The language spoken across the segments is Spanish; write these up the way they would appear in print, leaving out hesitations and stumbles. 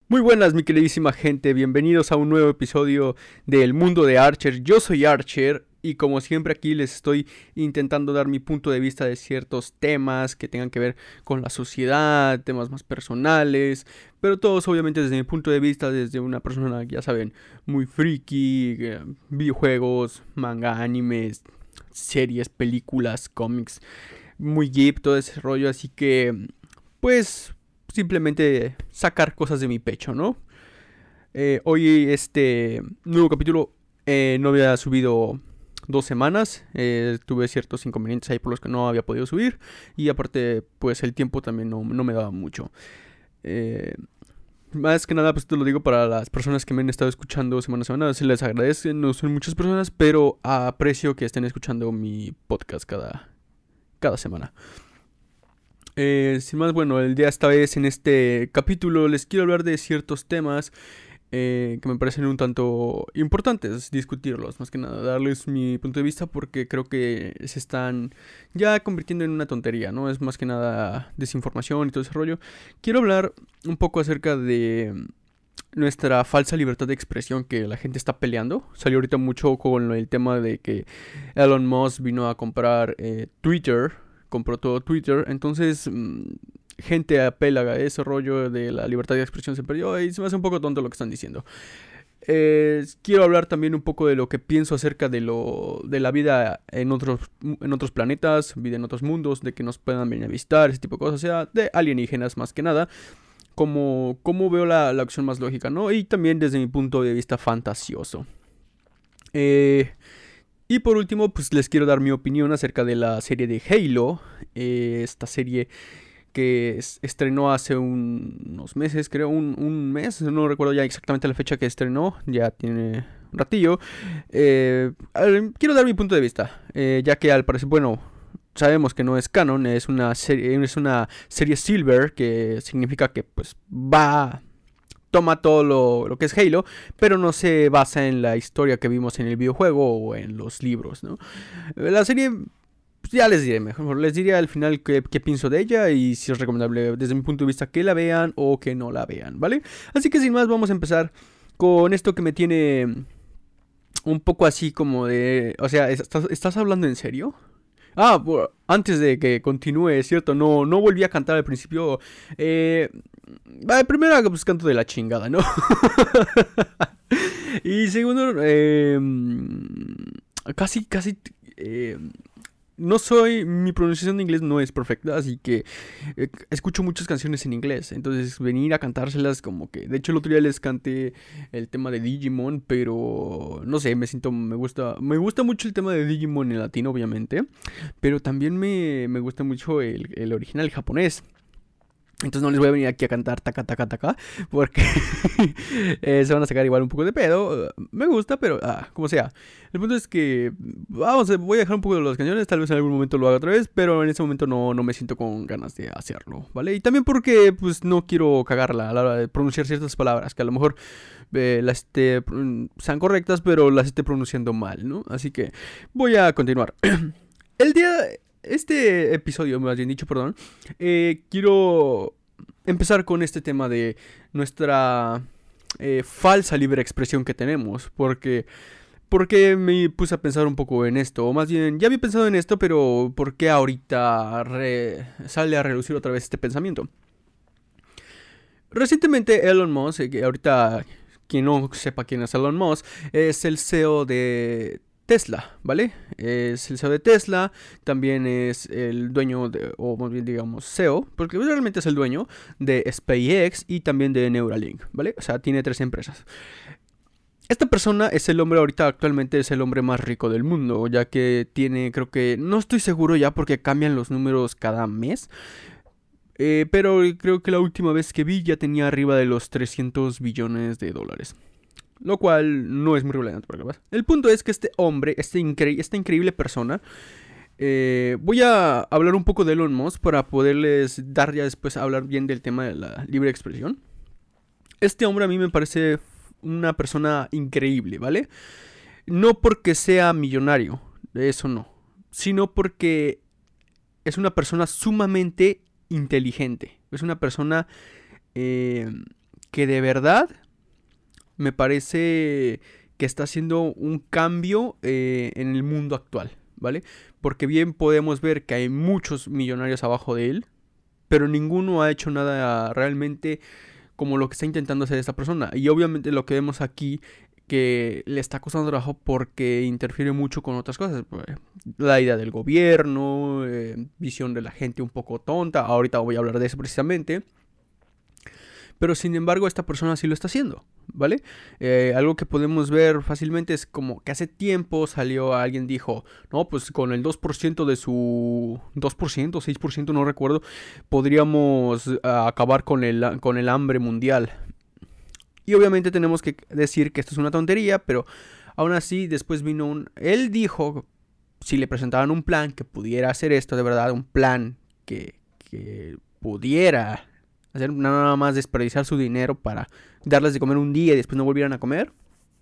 Muy buenas, mi queridísima gente, bienvenidos a un nuevo episodio del mundo de Archer. Yo soy Archer y como siempre aquí les estoy intentando dar mi punto de vista de ciertos temas que tengan que ver con la sociedad, temas más personales, pero todos obviamente desde mi punto de vista, desde una persona, ya saben, muy friki, videojuegos, manga, animes, series, películas, cómics, muy geek, todo ese rollo, así que pues simplemente sacar cosas de mi pecho, ¿no? Hoy este nuevo capítulo no había subido 2 semanas, tuve ciertos inconvenientes ahí por los que no había podido subir y aparte pues el tiempo también no me daba mucho. Eh, Más que nada pues te lo digo para las personas que me han estado escuchando semana a semana, se les agradece, no son muchas personas, pero aprecio que estén escuchando mi podcast cada semana. Sin más, bueno, el día esta vez en este capítulo les quiero hablar de ciertos temas que me parecen un tanto importantes discutirlos, más que nada darles mi punto de vista porque creo que se están ya convirtiendo en una tontería, ¿no? Es más que nada desinformación y todo ese rollo. Quiero hablar un poco acerca de nuestra falsa libertad de expresión que la gente está peleando. Salió ahorita mucho con el tema de que Elon Musk vino a comprar Twitter, compró todo Twitter, entonces gente apela a ese rollo de la libertad de expresión se perdió y se me hace un poco tonto lo que están diciendo. Quiero hablar también un poco de lo que pienso acerca de la vida en otros planetas, vida en otros mundos, de que nos puedan venir a visitar, ese tipo de cosas, o sea, de alienígenas más que nada, como veo la opción más lógica, ¿no? Y también desde mi punto de vista fantasioso. Y por último, pues les quiero dar mi opinión acerca de la serie de Halo. Esta serie que estrenó hace unos meses, creo, un mes, no recuerdo ya exactamente la fecha que estrenó, ya tiene un ratillo. Quiero dar mi punto de vista, ya que al parecer, bueno, sabemos que no es canon, es una serie Silver, que significa que pues toma todo lo que es Halo, pero no se basa en la historia que vimos en el videojuego o en los libros, ¿no? La serie, pues ya les diré mejor, les diré al final qué pienso de ella y si es recomendable desde mi punto de vista que la vean o que no la vean, ¿vale? Así que sin más vamos a empezar con esto que me tiene un poco así como de... O sea, ¿estás hablando en serio? Antes de que continúe, es cierto, no volví a cantar al principio. Primero, pues canto de la chingada, ¿no? Y segundo, casi, no soy, mi pronunciación de inglés no es perfecta, así que escucho muchas canciones en inglés, entonces venir a cantárselas como que, de hecho el otro día les canté el tema de Digimon, pero no sé, me gusta mucho el tema de Digimon en latino, obviamente, pero también me gusta mucho el original japonés. Entonces no les voy a venir aquí a cantar taca taca taca porque se van a sacar igual un poco de pedo. Me gusta, pero como sea. El punto es que voy a dejar un poco de las canciones, tal vez en algún momento lo haga otra vez, pero en ese momento no me siento con ganas de hacerlo, ¿vale? Y también porque pues no quiero cagarla a la hora de pronunciar ciertas palabras que a lo mejor sean correctas, pero las esté pronunciando mal, ¿no? Así que voy a continuar. Este episodio, más bien dicho, perdón, quiero empezar con este tema de nuestra falsa libre expresión que tenemos, porque me puse a pensar un poco en esto, o más bien, ya había pensado en esto, pero ¿por qué ahorita sale a relucir otra vez este pensamiento? Recientemente Elon Musk, que ahorita quien no sepa quién es Elon Musk, es el CEO de Tesla, ¿vale? Es el CEO de Tesla, también es el dueño o más bien digamos CEO, porque realmente es el dueño de SpaceX y también de Neuralink, ¿vale? O sea, tiene 3 empresas. Esta persona es el hombre ahorita, actualmente es el hombre más rico del mundo, ya que tiene, creo que, no estoy seguro ya porque cambian los números cada mes, pero creo que la última vez que vi ya tenía arriba de los 300 billones de dólares. Lo cual no es muy relevante para capaz. El punto es que este hombre, esta increíble persona, voy a hablar un poco de Elon Musk para poderles dar ya después a hablar bien del tema de la libre expresión. Este hombre a mí me parece una persona increíble, ¿vale? No porque sea millonario, eso no, sino porque es una persona sumamente inteligente. Es una persona que de verdad me parece que está haciendo un cambio en el mundo actual, ¿vale? Porque bien podemos ver que hay muchos millonarios abajo de él, pero ninguno ha hecho nada realmente como lo que está intentando hacer esta persona. Y obviamente lo que vemos aquí, que le está costando trabajo porque interfiere mucho con otras cosas. La idea del gobierno, visión de la gente un poco tonta. Ahorita voy a hablar de eso precisamente. Pero sin embargo esta persona sí lo está haciendo, ¿vale? Algo que podemos ver fácilmente es como que hace tiempo salió alguien dijo, no, pues con el 2% de su... 2%, 6%, no recuerdo, podríamos acabar con el hambre mundial. Y obviamente tenemos que decir que esto es una tontería, pero aún así después vino un... Él dijo, si le presentaban un plan que pudiera hacer esto de verdad, un plan que pudiera hacer nada más desperdiciar su dinero para darles de comer un día y después no volvieran a comer.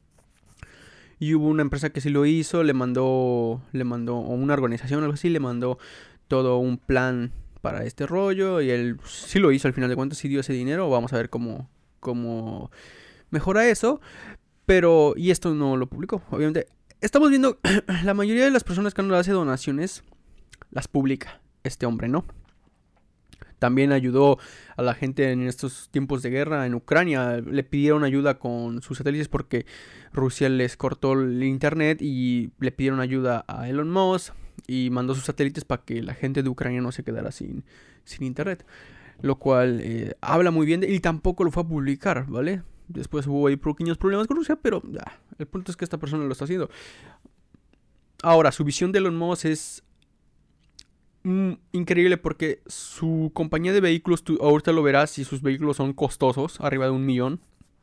Y hubo una empresa que sí lo hizo, le mandó, o una organización o algo así, le mandó todo un plan para este rollo. Y él sí lo hizo al final de cuentas, sí dio ese dinero. Vamos a ver cómo mejora eso. Pero, y esto no lo publicó, obviamente. Estamos viendo, la mayoría de las personas que no hace donaciones, las publica este hombre, ¿no? También ayudó a la gente en estos tiempos de guerra en Ucrania. Le pidieron ayuda con sus satélites porque Rusia les cortó el internet y le pidieron ayuda a Elon Musk y mandó sus satélites para que la gente de Ucrania no se quedara sin internet. Lo cual habla muy bien de él y tampoco lo fue a publicar, ¿vale? Después hubo ahí pequeños problemas con Rusia, pero el punto es que esta persona lo está haciendo. Ahora, su visión de Elon Musk es increíble porque su compañía de vehículos, tú ahorita lo verás, y sus vehículos son costosos, arriba de 1 millón.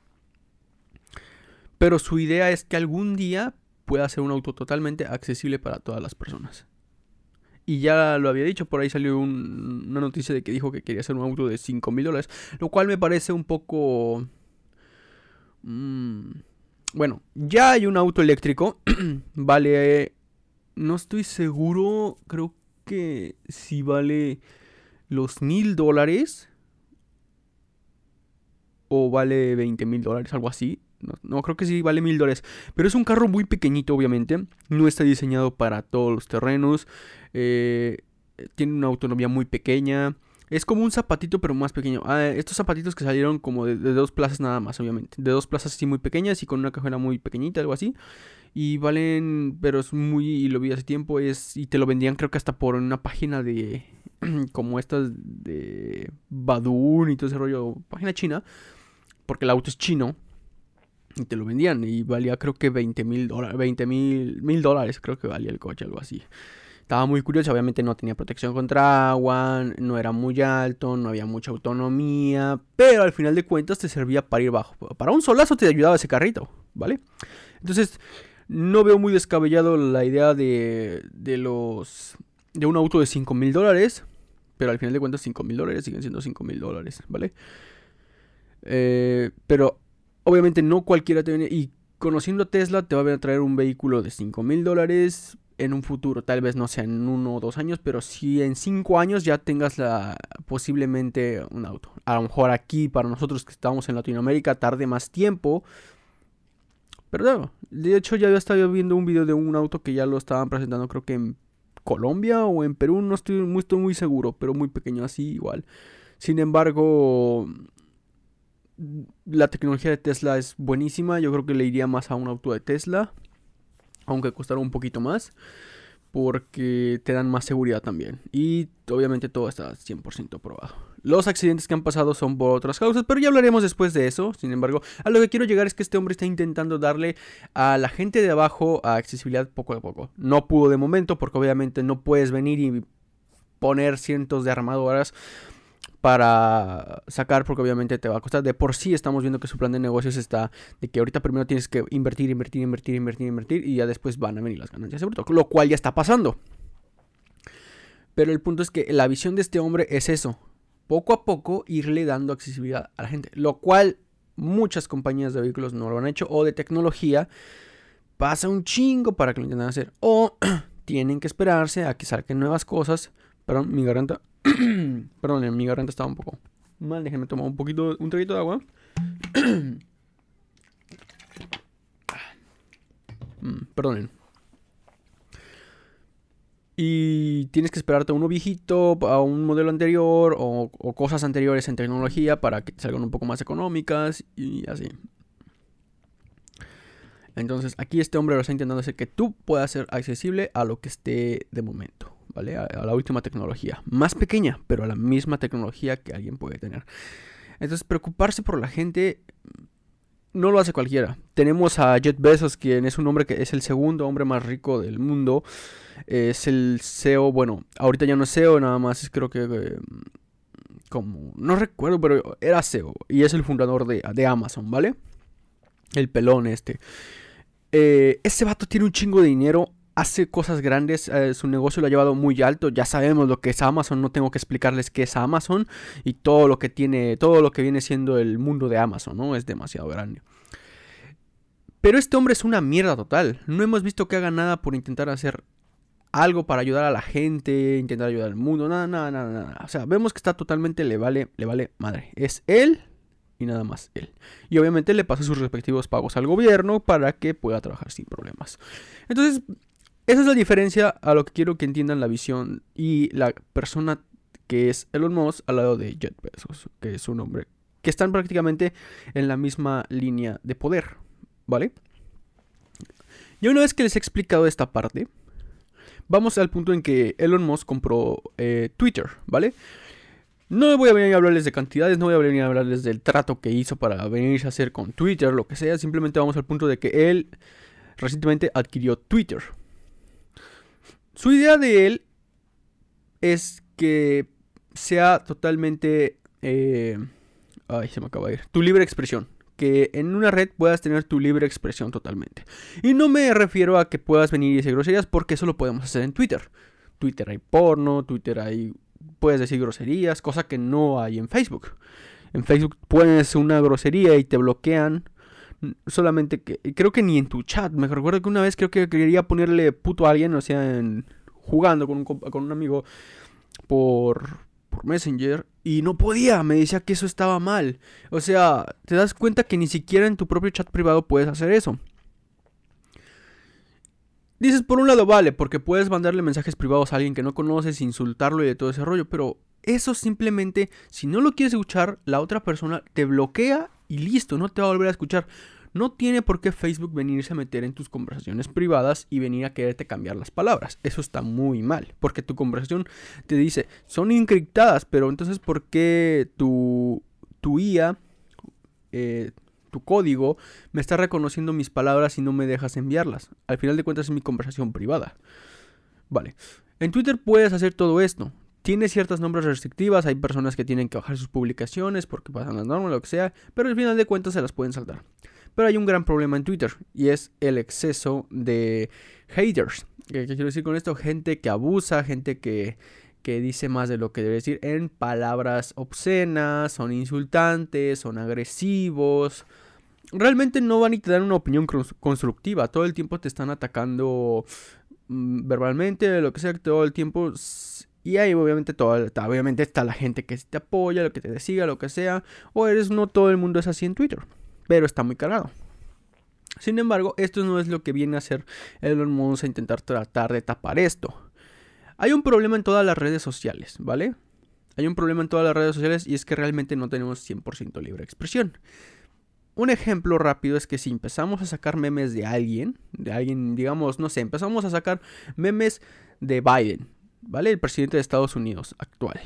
Pero su idea es que algún día pueda ser un auto totalmente accesible para todas las personas. Y ya lo había dicho, por ahí salió una noticia de que dijo que quería hacer un auto de $5,000, lo cual me parece un poco... Bueno, ya hay un auto eléctrico, vale... No estoy seguro, creo que si vale los $1,000 o vale $20,000, algo así. No, creo que sí vale $1,000. Pero es un carro muy pequeñito, obviamente. No está diseñado para todos los terrenos. Tiene una autonomía muy pequeña. Es como un zapatito, pero más pequeño. Estos zapatitos que salieron como de 2 plazas nada más, obviamente. De 2 plazas así muy pequeñas y con una cajuela muy pequeñita, algo así. Y valen, pero es muy, y lo vi hace tiempo, y te lo vendían creo que hasta por una página de, como estas de Badun y todo ese rollo, página china, porque el auto es chino, y te lo vendían, y valía creo que $20,000 creo que valía el coche, algo así. Estaba muy curioso, obviamente no tenía protección contra agua, no era muy alto, no había mucha autonomía, pero al final de cuentas te servía para ir bajo. Para un solazo te ayudaba ese carrito, ¿vale? Entonces... No veo muy descabellado la idea de un auto de $5,000, pero al final de cuentas $5,000 siguen siendo $5,000, ¿vale? Pero obviamente no cualquiera te viene, y conociendo a Tesla te va a traer un vehículo de $5,000 en un futuro, tal vez no sea en 1 o 2 años, pero si en 5 años ya tengas posiblemente un auto. A lo mejor aquí para nosotros que estamos en Latinoamérica tarde más tiempo. Pero no, de hecho ya estaba viendo un video de un auto que ya lo estaban presentando, creo que en Colombia o en Perú, no estoy muy seguro, pero muy pequeño así igual. Sin embargo, la tecnología de Tesla es buenísima, yo creo que le iría más a un auto de Tesla, aunque costará un poquito más, porque te dan más seguridad también. Y obviamente todo está 100% probado. Los accidentes que han pasado son por otras causas, pero ya hablaremos después de eso. Sin embargo, a lo que quiero llegar es que este hombre está intentando darle a la gente de abajo accesibilidad poco a poco. No pudo de momento, porque obviamente no puedes venir y poner cientos de armadoras para sacar, porque obviamente te va a costar. De por sí estamos viendo que su plan de negocios está de que ahorita primero tienes que invertir y ya después van a venir las ganancias de bruto, lo cual ya está pasando. Pero el punto es que la visión de este hombre es eso: poco a poco irle dando accesibilidad a la gente, lo cual muchas compañías de vehículos no lo han hecho, o de tecnología pasa un chingo para que lo intenten hacer, o tienen que esperarse a que salgan nuevas cosas. Perdón, mi garganta estaba un poco mal, déjenme tomar un traguito de agua. Perdonen. Y tienes que esperarte a uno viejito, a un modelo anterior o cosas anteriores en tecnología para que te salgan un poco más económicas y así. Entonces aquí este hombre lo está intentando hacer que tú puedas ser accesible a lo que esté de momento, ¿vale? A la última tecnología. Más pequeña, pero a la misma tecnología que alguien puede tener. Entonces preocuparse por la gente no lo hace cualquiera. Tenemos a Jeff Bezos, quien es un hombre que es el segundo hombre más rico del mundo. Es el CEO, bueno, ahorita ya no es CEO, nada más creo que como, no recuerdo, pero era CEO. Y es el fundador de Amazon, ¿vale? El pelón este. Ese vato tiene un chingo de dinero, hace cosas grandes, su negocio lo ha llevado muy alto. Ya sabemos lo que es Amazon, no tengo que explicarles qué es Amazon y todo lo que tiene, todo lo que viene siendo el mundo de Amazon, ¿no? Es demasiado grande. Pero este hombre es una mierda total. No hemos visto que haga nada por intentar hacer algo para ayudar a la gente, intentar ayudar al mundo, nada. O sea, vemos que está totalmente, le vale madre. Es él y nada más él. Y obviamente le pasa sus respectivos pagos al gobierno para que pueda trabajar sin problemas. Entonces, esa es la diferencia a lo que quiero que entiendan la visión y la persona que es Elon Musk al lado de Jeff Bezos, que es un hombre que están prácticamente en la misma línea de poder, ¿vale? Y una vez que les he explicado esta parte, vamos al punto en que Elon Musk compró Twitter, ¿vale? No voy a venir a hablarles de cantidades, no voy a venir a hablarles del trato que hizo para venirse a hacer con Twitter, lo que sea. Simplemente vamos al punto de que él recientemente adquirió Twitter. Su idea de él es que sea totalmente... ay, se me acaba de ir. Tu libre expresión. Que en una red puedas tener tu libre expresión totalmente. Y no me refiero a que puedas venir y decir groserías, porque eso lo podemos hacer en Twitter. Twitter hay porno, Twitter hay... puedes decir groserías, cosa que no hay en Facebook. En Facebook puedes decir una grosería y te bloquean. Solamente que... creo que ni en tu chat. Me recuerdo que una vez creo que quería ponerle puto a alguien, o sea, jugando con un amigo por Messenger y no podía, me decía que eso estaba mal. O sea, te das cuenta que ni siquiera en tu propio chat privado puedes hacer eso. Dices, por un lado vale, porque puedes mandarle mensajes privados a alguien que no conoces, insultarlo y de todo ese rollo, pero eso simplemente, si no lo quieres escuchar, la otra persona te bloquea y listo, no te va a volver a escuchar. No tiene por qué Facebook venirse a meter en tus conversaciones privadas y venir a quererte cambiar las palabras. Eso está muy mal, porque tu conversación te dice, son encriptadas, pero entonces ¿por qué tu IA, tu código, me está reconociendo mis palabras y no me dejas enviarlas? Al final de cuentas es mi conversación privada. Vale, en Twitter puedes hacer todo esto. Tiene ciertas normas restrictivas, hay personas que tienen que bajar sus publicaciones porque pasan las normas, lo que sea, pero al final de cuentas se las pueden saltar. Pero hay un gran problema en Twitter y es el exceso de haters. ¿Qué quiero decir con esto? Gente que abusa, gente que dice más de lo que debe decir en palabras obscenas, son insultantes, son agresivos. Realmente no van y te dan una opinión constructiva. Todo el tiempo te están atacando verbalmente, lo que sea, todo el tiempo. Y ahí obviamente obviamente está la gente que te apoya, lo que te siga, lo que sea. No todo el mundo es así en Twitter, pero está muy cargado. Sin embargo, esto no es lo que viene a hacer Elon Musk a intentar tratar de tapar esto. Hay un problema en todas las redes sociales, ¿vale? Hay un problema en todas las redes sociales y es que realmente no tenemos 100% libre expresión. Un ejemplo rápido es que si empezamos a sacar memes de alguien, digamos, no sé, empezamos a sacar memes de Biden, ¿vale? El presidente de Estados Unidos actual.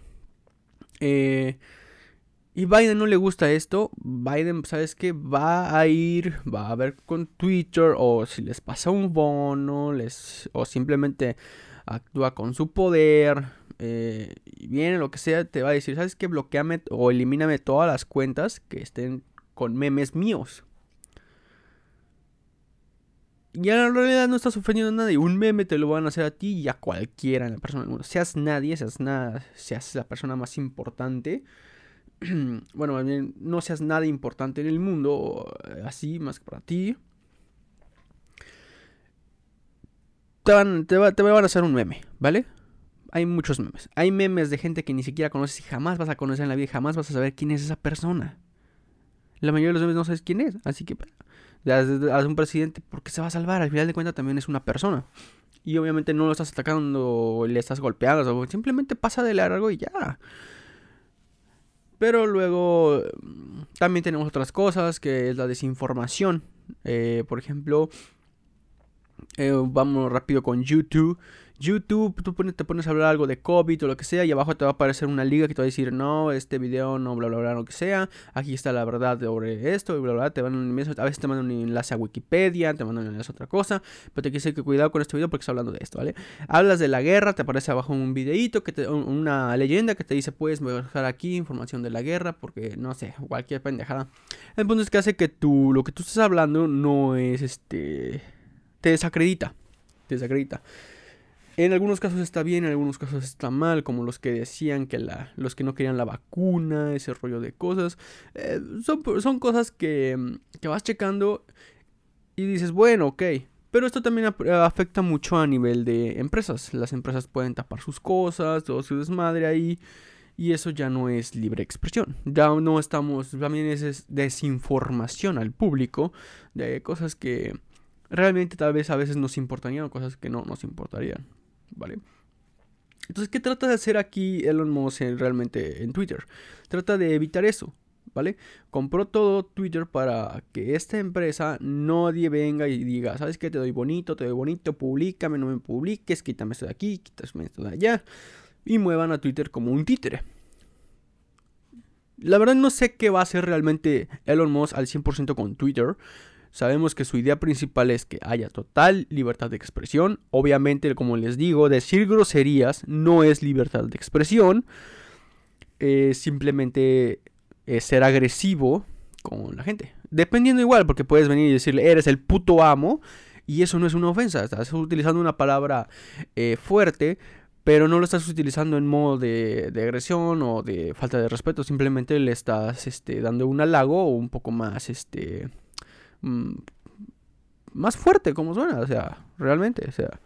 Y Biden no le gusta esto. Biden, ¿sabes qué? Va a ver con Twitter, o si les pasa un bono, o simplemente actúa con su poder, y viene lo que sea, te va a decir, ¿sabes qué? Bloqueame o elimíname todas las cuentas que estén con memes míos. Y en realidad no estás ofendiendo a nadie. Un meme te lo van a hacer a ti y a cualquiera en la persona del mundo. Seas nadie, seas nada, seas la persona más importante. Bueno, más bien, no seas nada importante en el mundo, así, más que para ti. Te van a hacer un meme, ¿vale? Hay muchos memes. Hay memes de gente que ni siquiera conoces y jamás vas a conocer en la vida y jamás vas a saber quién es esa persona. La mayoría de los memes no sabes quién es, así que haz un presidente porque se va a salvar, al final de cuentas también es una persona. Y obviamente no lo estás atacando, le estás golpeando, o simplemente pasa de largo y ya. Pero luego también tenemos otras cosas, que es la desinformación. Por ejemplo, vamos rápido con YouTube. YouTube, te pones a hablar algo de COVID o lo que sea, y abajo te va a aparecer una liga que te va a decir, no, este video no, bla, bla, bla, lo que sea. Aquí está la verdad sobre esto, y bla, bla, bla. A veces te mandan un enlace a Wikipedia, te mandan un enlace a otra cosa. Pero te quiero decir que cuidado con este video porque está hablando de esto, ¿vale? Hablas de la guerra, te aparece abajo un videíto, una leyenda que te dice, puedes dejar aquí información de la guerra, porque no sé, cualquier pendejada. El punto es que hace que lo que tú estás hablando no es te desacredita. Te desacredita. En algunos casos está bien, en algunos casos está mal, como los que decían que los que no querían la vacuna, ese rollo de cosas. Son cosas que vas checando y dices, bueno, ok. Pero esto también afecta mucho a nivel de empresas. Las empresas pueden tapar sus cosas, todo su desmadre ahí. Y eso ya no es libre expresión. Ya no estamos, también es desinformación al público de cosas que realmente tal vez a veces nos importarían o cosas que no nos importarían. ¿Vale? Entonces, ¿qué trata de hacer aquí Elon Musk realmente en Twitter? Trata de evitar eso, ¿vale? Compró todo Twitter para que esta empresa nadie venga y diga, ¿sabes qué? Te doy bonito, públicame, no me publiques, quítame esto de aquí, quítame esto de allá. Y muevan a Twitter como un títere. La verdad no sé qué va a hacer realmente Elon Musk al 100% con Twitter. Sabemos que su idea principal es que haya total libertad de expresión. Obviamente, como les digo, decir groserías no es libertad de expresión. Simplemente ser agresivo con la gente. Dependiendo igual, porque puedes venir y decirle, eres el puto amo. Y eso no es una ofensa. Estás utilizando una palabra fuerte, pero no lo estás utilizando en modo de agresión o de falta de respeto. Simplemente le estás dando un halago o un poco más más fuerte, como suena, o sea, realmente, o sea.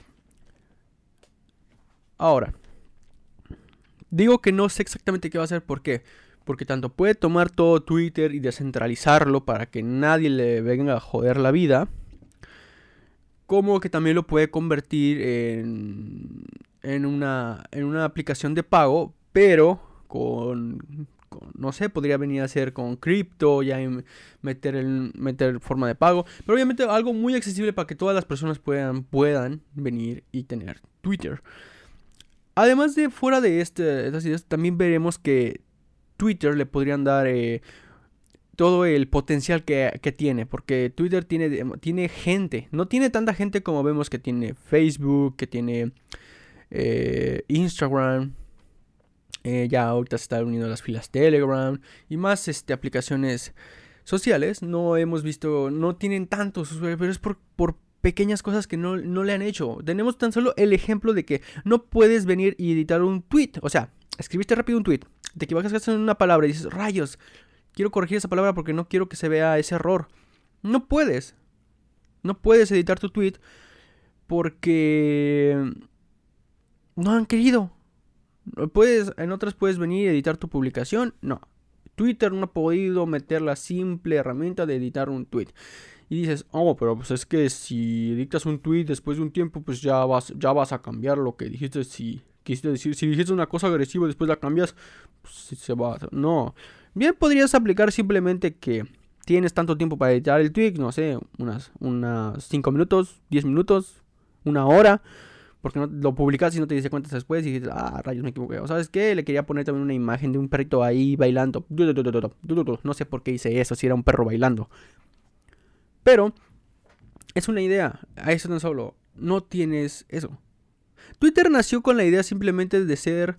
Ahora, digo que no sé exactamente qué va a hacer, ¿por qué? Porque tanto puede tomar todo Twitter y descentralizarlo para que nadie le venga a joder la vida, como que también lo puede convertir en una aplicación de pago, pero no sé, podría venir a ser con cripto, ya meter forma de pago, pero obviamente algo muy accesible para que todas las personas puedan venir y tener Twitter. Además de fuera de estas ideas, también veremos que Twitter le podrían dar todo el potencial que tiene, porque Twitter tiene gente, no tiene tanta gente como vemos que tiene Facebook, que tiene Instagram. Ya ahorita se están uniendo las filas Telegram y más aplicaciones sociales. No hemos visto, no tienen tantos usuarios, pero es por pequeñas cosas que no le han hecho. Tenemos tan solo el ejemplo de que no puedes venir y editar un tweet. O sea, escribiste rápido un tweet, te equivocas en una palabra y dices, rayos, quiero corregir esa palabra porque no quiero que se vea ese error. No puedes editar tu tweet porque no han querido. En otras puedes venir y editar tu publicación. No. Twitter no ha podido meter la simple herramienta de editar un tweet. Y dices, oh, pero pues es que si editas un tweet después de un tiempo, pues ya vas a cambiar lo que dijiste. Si quisiste decir, si dijiste una cosa agresiva y después la cambias, pues se va. No. Bien podrías aplicar simplemente que tienes tanto tiempo para editar el tweet, no sé, unas 5 minutos, 10 minutos, una hora. Porque no lo publicaste y no te diste cuenta después y dices, rayos, me equivoqué. ¿O sabes qué? Le quería poner también una imagen de un perrito ahí bailando. No sé por qué hice eso, si era un perro bailando. Pero es una idea. A eso tan solo. No tienes eso. Twitter nació con la idea simplemente de ser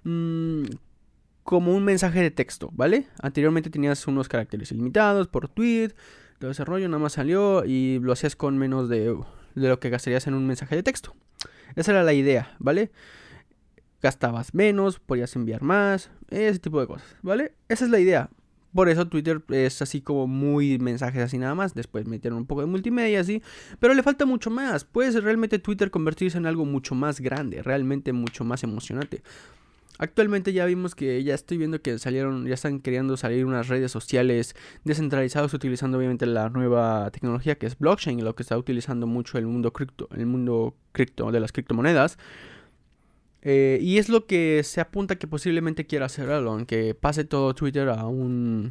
como un mensaje de texto, ¿vale? Anteriormente tenías unos caracteres ilimitados por tweet. Todo ese rollo nada más salió y lo hacías con menos de lo que gastarías en un mensaje de texto. Esa era la idea, ¿vale? Gastabas menos, podías enviar más, ese tipo de cosas, ¿vale? Esa es la idea. Por eso Twitter es así como muy mensajes así nada más. Después metieron un poco de multimedia así. Pero le falta mucho más. Puede realmente Twitter convertirse en algo mucho más grande. Realmente mucho más emocionante. Actualmente ya vimos que ya estoy viendo que ya están queriendo salir unas redes sociales descentralizadas utilizando obviamente la nueva tecnología que es blockchain, lo que está utilizando mucho el mundo cripto de las criptomonedas. Y es lo que se apunta que posiblemente quiera hacer Elon, que pase todo Twitter a un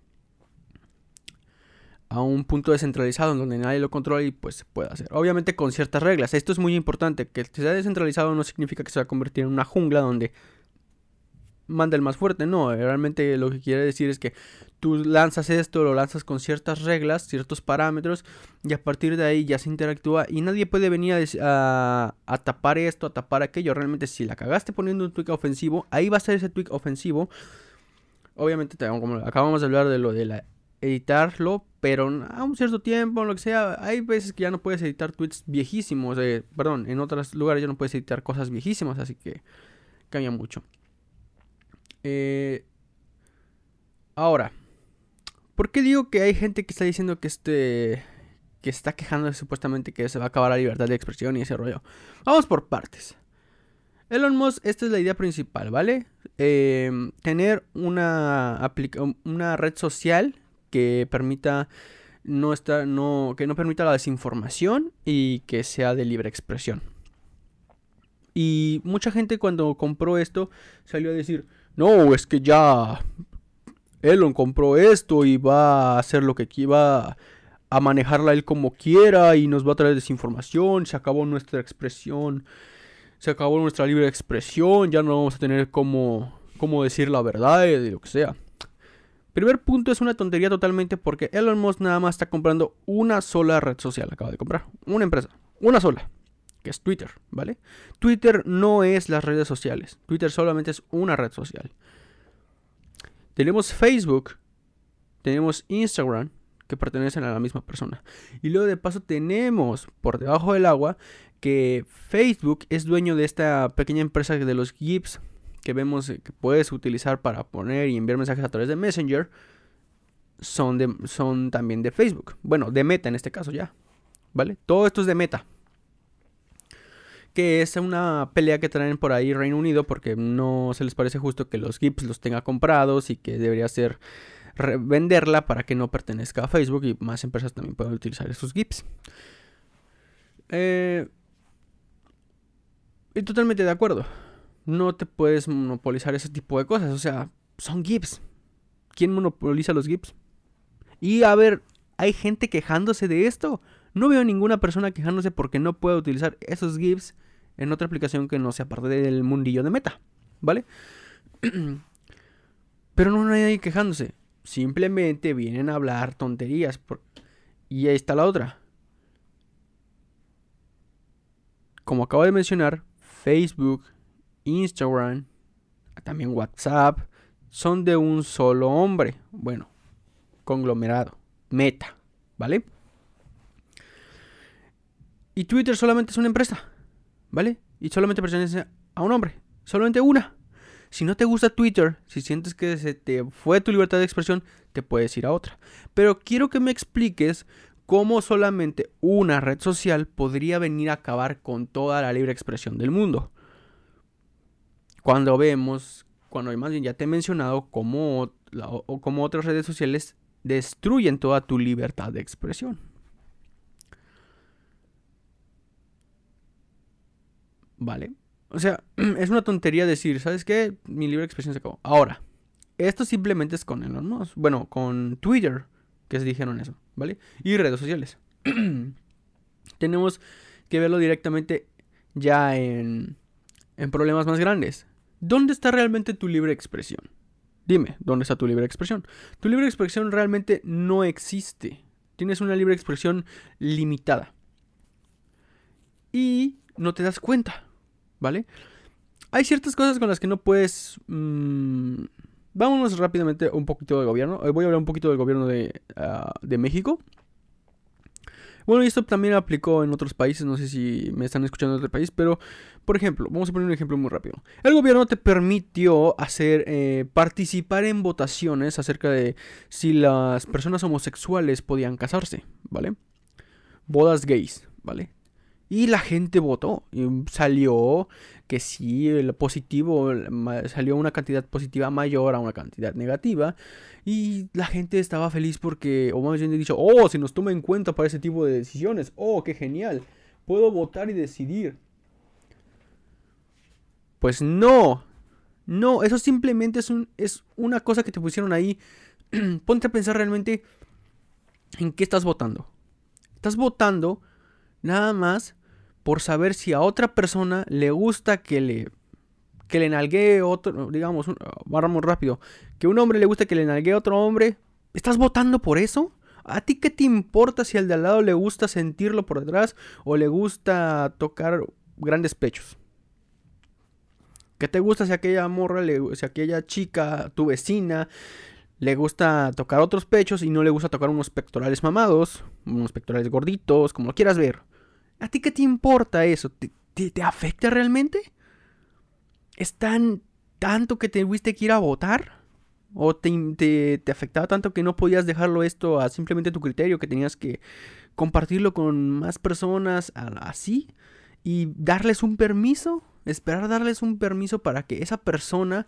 punto descentralizado en donde nadie lo controla y pues se puede hacer. Obviamente con ciertas reglas. Esto es muy importante, que sea descentralizado no significa que se va a convertir en una jungla donde manda el más fuerte, no, realmente lo que quiere decir es que tú lanzas esto, lo lanzas con ciertas reglas, ciertos parámetros, y a partir de ahí ya se interactúa y nadie puede venir a tapar esto, a tapar aquello. Realmente si la cagaste poniendo un tweet ofensivo, ahí va a ser ese tweet ofensivo. Obviamente, como acabamos de hablar de lo de editarlo, pero a un cierto tiempo, lo que sea, hay veces que ya no puedes editar tweets viejísimos, en otros lugares ya no puedes editar cosas viejísimas, así que cambia mucho. Ahora, ¿por qué digo que hay gente que está diciendo que está quejándose supuestamente que se va a acabar la libertad de expresión y ese rollo? Vamos por partes. Elon Musk, esta es la idea principal, ¿vale? Tener una red social que permita que no permita la desinformación y que sea de libre expresión. Y mucha gente cuando compró esto salió a decir: no, es que ya Elon compró esto y va a hacer lo que quiera, a manejarla él como quiera y nos va a traer desinformación, se acabó nuestra expresión, se acabó nuestra libre expresión, ya no vamos a tener cómo decir la verdad y lo que sea. Primer punto, es una tontería totalmente porque Elon Musk nada más está comprando una sola red social, acaba de comprar una empresa, una sola, que es Twitter, ¿vale? Twitter no es las redes sociales, Twitter solamente es una red social. Tenemos Facebook, tenemos Instagram, que pertenecen a la misma persona. Y luego de paso tenemos por debajo del agua que Facebook es dueño de esta pequeña empresa de los GIFs que vemos que puedes utilizar para poner y enviar mensajes a través de Messenger. Son también de Facebook. Bueno, de Meta en este caso ya, ¿vale? Todo esto es de Meta, que es una pelea que traen por ahí Reino Unido porque no se les parece justo que los GIFs los tenga comprados y que debería ser venderla para que no pertenezca a Facebook y más empresas también puedan utilizar esos GIFs. Y totalmente de acuerdo. No te puedes monopolizar ese tipo de cosas. O sea, son GIFs. ¿Quién monopoliza los GIFs? Y a ver, ¿hay gente quejándose de esto? No veo ninguna persona quejándose porque no pueda utilizar esos GIFs en otra aplicación que no sea parte del mundillo de Meta, ¿vale? Pero no hay nadie quejándose. Simplemente vienen a hablar tonterías. Y ahí está la otra. Como acabo de mencionar, Facebook, Instagram, también WhatsApp, son de un solo hombre. Bueno, conglomerado, Meta, ¿vale? Y Twitter solamente es una empresa, ¿vale? Y solamente pertenece a un hombre, solamente una. Si no te gusta Twitter, si sientes que se te fue tu libertad de expresión, te puedes ir a otra. Pero quiero que me expliques cómo solamente una red social podría venir a acabar con toda la libre expresión del mundo. Cuando más bien ya te he mencionado cómo otras redes sociales destruyen toda tu libertad de expresión. ¿Vale? O sea, es una tontería decir, ¿sabes qué? Mi libre expresión se acabó. Ahora, esto simplemente es con Elon Musk. Bueno, con Twitter, que se dijeron eso, ¿vale? Y redes sociales. Tenemos que verlo directamente ya en problemas más grandes. ¿Dónde está realmente tu libre expresión? Dime, ¿dónde está tu libre expresión? Tu libre expresión realmente no existe. Tienes una libre expresión limitada. Y no te das cuenta, ¿vale? Hay ciertas cosas con las que no puedes... Vámonos rápidamente un poquito del gobierno. Voy a hablar un poquito del gobierno de México. Bueno, y esto también aplicó en otros países, no sé si me están escuchando en otro país, pero, por ejemplo, vamos a poner un ejemplo muy rápido. El gobierno te permitió participar en votaciones acerca de si las personas homosexuales podían casarse, ¿vale? Bodas gays, ¿vale? Y la gente votó. Y salió que sí, el positivo, salió una cantidad positiva mayor a una cantidad negativa. Y la gente estaba feliz porque, o más bien he dicho, oh, se nos toma en cuenta para ese tipo de decisiones. Oh, qué genial. Puedo votar y decidir. Pues no. No, eso simplemente es una cosa que te pusieron ahí. Ponte a pensar realmente en qué estás votando. Estás votando nada más por saber si a otra persona le gusta que le nalguee otro, digamos, vamos rápido, que un hombre le gusta que le nalguee a otro hombre. ¿Estás votando por eso? ¿A ti qué te importa si al de al lado le gusta sentirlo por detrás o le gusta tocar grandes pechos? ¿Qué te gusta si aquella morra, si aquella chica, tu vecina, le gusta tocar otros pechos y no le gusta tocar unos pectorales mamados, unos pectorales gorditos, como lo quieras ver? ¿A ti qué te importa eso? ¿Te afecta realmente? ¿Es tanto que tuviste que ir a votar? ¿O te afectaba tanto que no podías dejarlo esto a simplemente tu criterio, que tenías que compartirlo con más personas así? ¿Y darles un permiso? ¿Esperar darles un permiso para que esa persona...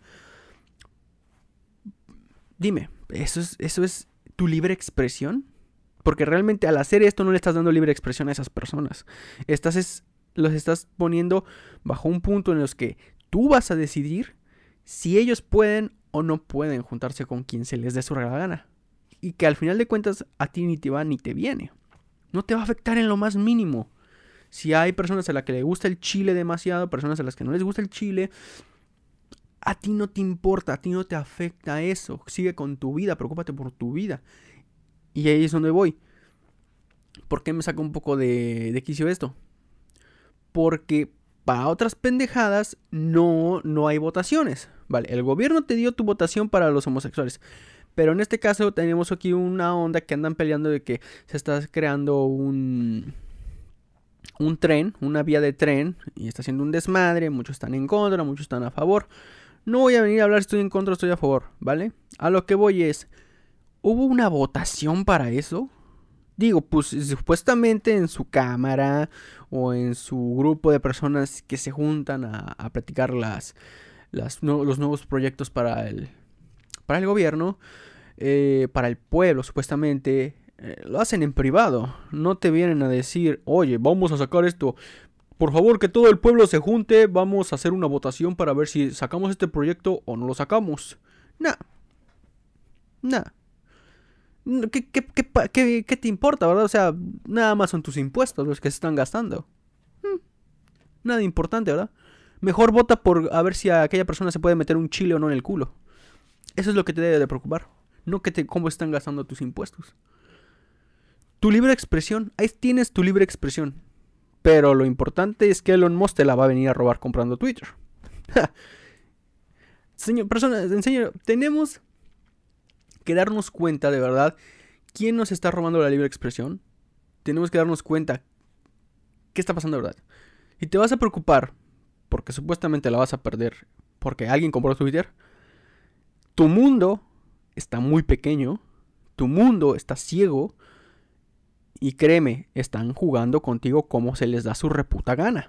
Dime, ¿eso es tu libre expresión? Porque realmente al hacer esto no le estás dando libre expresión a esas personas. Los estás poniendo bajo un punto en los que tú vas a decidir si ellos pueden o no pueden juntarse con quien se les dé su regalada gana. Y que al final de cuentas a ti ni te va ni te viene. No te va a afectar en lo más mínimo. Si hay personas a las que les gusta el chile demasiado, personas a las que no les gusta el chile, a ti no te importa, a ti no te afecta eso. Sigue con tu vida, preocúpate por tu vida. Y ahí es donde voy. ¿Por qué me saca un poco de quicio esto? Porque para otras pendejadas no hay votaciones. Vale, el gobierno te dio tu votación para los homosexuales. Pero en este caso tenemos aquí una onda que andan peleando de que se está creando un tren, una vía de tren, y está haciendo un desmadre. Muchos están en contra, muchos están a favor. No voy a venir a hablar si estoy en contra o estoy a favor, ¿vale? A lo que voy es, ¿hubo una votación para eso? Digo, pues supuestamente en su cámara o en su grupo de personas que se juntan a platicar los nuevos proyectos para el gobierno, para el pueblo, supuestamente, lo hacen en privado. No te vienen a decir, oye, vamos a sacar esto. Por favor, que todo el pueblo se junte, vamos a hacer una votación para ver si sacamos este proyecto o no lo sacamos. Nah. ¿Qué te importa, verdad? O sea, nada más son tus impuestos los que se están gastando. Nada importante, ¿verdad? Mejor vota por a ver si a aquella persona se puede meter un chile o no en el culo. Eso es lo que te debe de preocupar. No cómo están gastando tus impuestos. Tu libre expresión. Ahí tienes tu libre expresión. Pero lo importante es que Elon Musk te la va a venir a robar comprando Twitter. Señor, personas, en serio, tenemos que darnos cuenta de verdad quién nos está robando la libre expresión. Tenemos que darnos cuenta qué está pasando de verdad. Y te vas a preocupar porque supuestamente la vas a perder porque alguien compró Twitter. Tu mundo está muy pequeño. Tu mundo está ciego. Y créeme, están jugando contigo como se les da su reputa gana.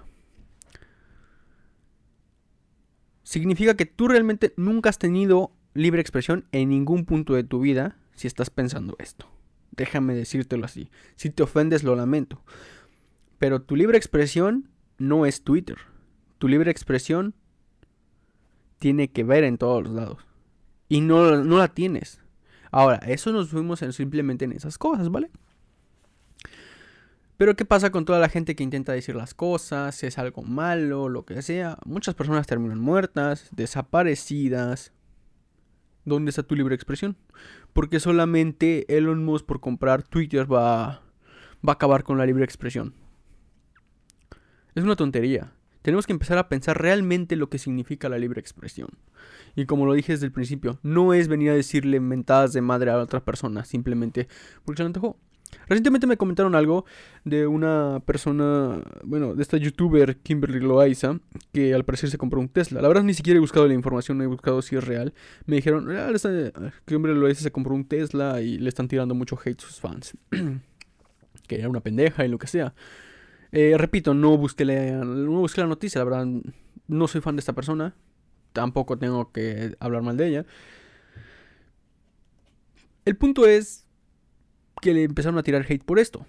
Significa que tú realmente nunca has tenido libre expresión en ningún punto de tu vida si estás pensando esto. Déjame decírtelo así. Si te ofendes, lo lamento. Pero tu libre expresión no es Twitter. Tu libre expresión tiene que ver en todos los lados. Y no la tienes. Ahora, eso nos fuimos simplemente en esas cosas, ¿vale? Pero ¿qué pasa con toda la gente que intenta decir las cosas? Si es algo malo, lo que sea. Muchas personas terminan muertas, desaparecidas. ¿Dónde está tu libre expresión? Porque solamente Elon Musk por comprar Twitter va a acabar con la libre expresión. Es una tontería. Tenemos que empezar a pensar realmente lo que significa la libre expresión. Y como lo dije desde el principio, no es venir a decirle mentadas de madre a otra persona simplemente porque se le antojó. Recientemente me comentaron algo de una persona, bueno, de esta youtuber Kimberly Loaiza, que al parecer se compró un Tesla. La verdad ni siquiera he buscado la información, no he buscado si es real. Me dijeron, Kimberly Loaiza se compró un Tesla y le están tirando mucho hate sus fans. Que era una pendeja y lo que sea. Repito, no busqué la noticia, la verdad, no soy fan de esta persona. Tampoco tengo que hablar mal de ella. El punto es que le empezaron a tirar hate por esto.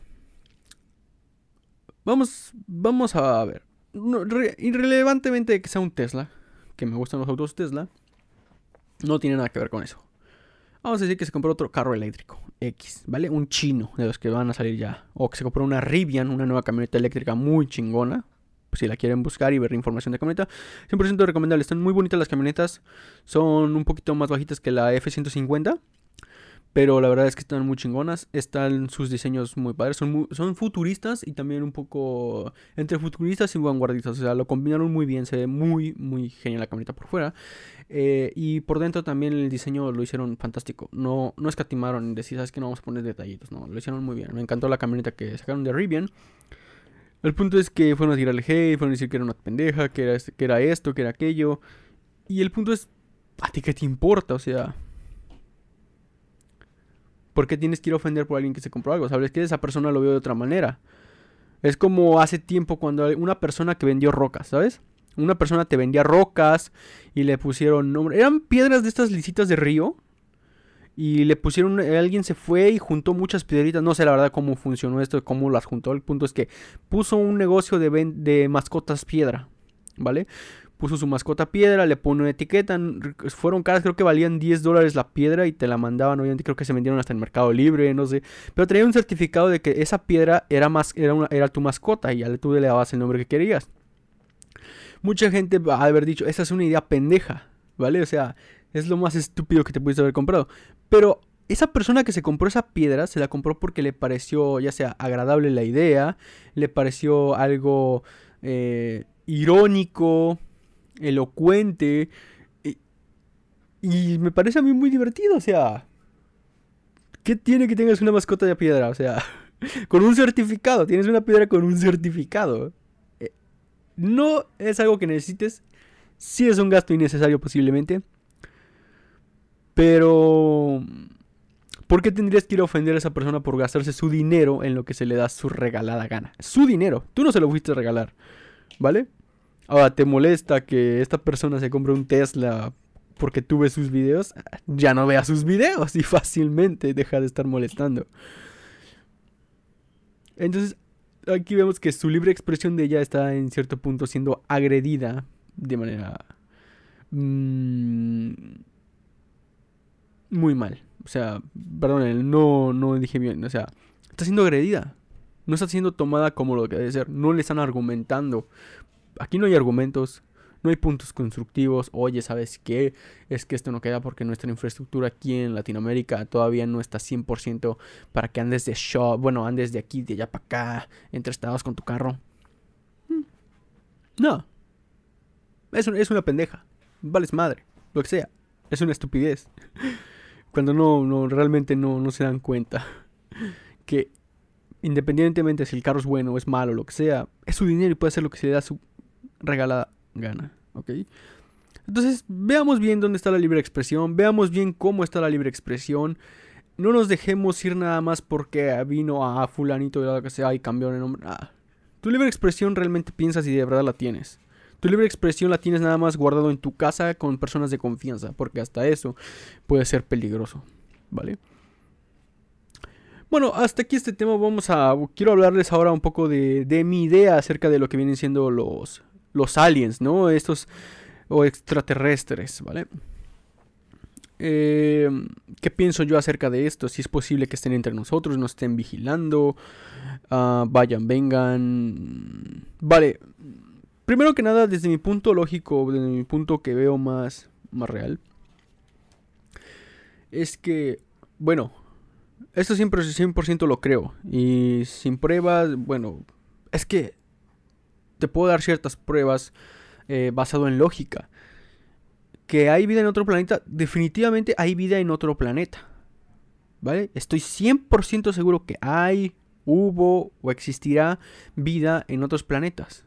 Vamos a ver. Irrelevantemente de que sea un Tesla, que me gustan los autos Tesla, no tiene nada que ver con eso. Vamos a decir que se compró otro carro eléctrico X, ¿vale? Un chino de los que van a salir ya. O que se compró una Rivian, una nueva camioneta eléctrica muy chingona. Pues si la quieren buscar y ver información de camioneta, 100% recomendable. Están muy bonitas las camionetas. Son un poquito más bajitas que la F-150. Pero la verdad es que están muy chingonas. Están sus diseños muy padres. Son futuristas y también un poco entre futuristas y vanguardistas. O sea, lo combinaron muy bien. Se ve muy, muy genial la camioneta por fuera. Y por dentro también el diseño lo hicieron fantástico. No escatimaron en decir, ¿sabes qué? No vamos a poner detallitos. No, lo hicieron muy bien. Me encantó la camioneta que sacaron de Rivian. El punto es que fueron a tirarle hate, fueron a decir que era una pendeja, que era esto, que era aquello. Y el punto es, ¿a ti qué te importa? O sea, ¿por qué tienes que ir a ofender por alguien que se compró algo? ¿Sabes que esa persona lo vio de otra manera? Es como hace tiempo cuando una persona que vendió rocas, ¿sabes? Una persona te vendía rocas y le pusieron nombre. Eran piedras de estas lisitas de río. Y le pusieron, alguien se fue y juntó muchas piedritas. No sé la verdad cómo funcionó esto, cómo las juntó. El punto es que puso un negocio de mascotas piedra, ¿vale? Puso su mascota piedra, le pone una etiqueta. Fueron caras, creo que valían $10 la piedra y te la mandaban. Obviamente creo que se vendieron hasta en Mercado Libre, no sé. Pero traía un certificado de que esa piedra era tu mascota y ya tú le dabas el nombre que querías. Mucha gente va a haber dicho, esa es una idea pendeja, ¿vale? O sea, es lo más estúpido que te pudiste haber comprado. Pero esa persona que se compró esa piedra se la compró porque le pareció ya sea agradable la idea, le pareció algo irónico, elocuente y me parece a mí muy divertido. O sea, ¿qué tiene que tengas una mascota de piedra? O sea, con un certificado, tienes una piedra con un certificado. No es algo que necesites, sí es un gasto innecesario posiblemente, pero ¿por qué tendrías que ir a ofender a esa persona por gastarse su dinero en lo que se le da su regalada gana? Su dinero, tú no se lo fuiste a regalar, ¿vale? Ahora, ¿te molesta que esta persona se compre un Tesla porque tú ves sus videos? Ya no veas sus videos y fácilmente deja de estar molestando. Entonces, aquí vemos que su libre expresión de ella está en cierto punto siendo agredida de manera muy mal. O sea, perdón, no dije bien. O sea, está siendo agredida. No está siendo tomada como lo que debe ser. No le están argumentando. Aquí no hay argumentos. No hay puntos constructivos. Oye, ¿sabes qué? Es que esto no queda porque nuestra infraestructura aquí en Latinoamérica todavía no está 100% para que andes de shop. Bueno, andes de aquí, de allá para acá, entre estados con tu carro. No. Es una pendeja. Vales madre. Lo que sea. Es una estupidez. Cuando realmente no se dan cuenta que independientemente si el carro es bueno o es malo, lo que sea, es su dinero y puede hacer lo que se le da su regalada gana, ¿ok? Entonces, veamos bien dónde está la libre expresión, veamos bien cómo está la libre expresión. No nos dejemos ir nada más porque vino a fulanito de lo que sea y cambió de nombre. Tu libre expresión realmente piensas y de verdad la tienes. Tu libre expresión la tienes nada más guardado en tu casa con personas de confianza, porque hasta eso puede ser peligroso, ¿vale? Bueno, hasta aquí este tema. Quiero hablarles ahora un poco de mi idea acerca de lo que vienen siendo los aliens, ¿no? Estos o extraterrestres, ¿vale? ¿Qué pienso yo acerca de esto? Si es posible que estén entre nosotros, nos estén vigilando, vayan, vengan. Vale, primero que nada, desde mi punto lógico, desde mi punto que veo más real, es que, bueno, esto siempre 100% lo creo. Y sin pruebas, bueno, es que te puedo dar ciertas pruebas basado en lógica. Que hay vida en otro planeta, definitivamente hay vida en otro planeta, ¿vale? Estoy 100% seguro que hubo o existirá vida en otros planetas.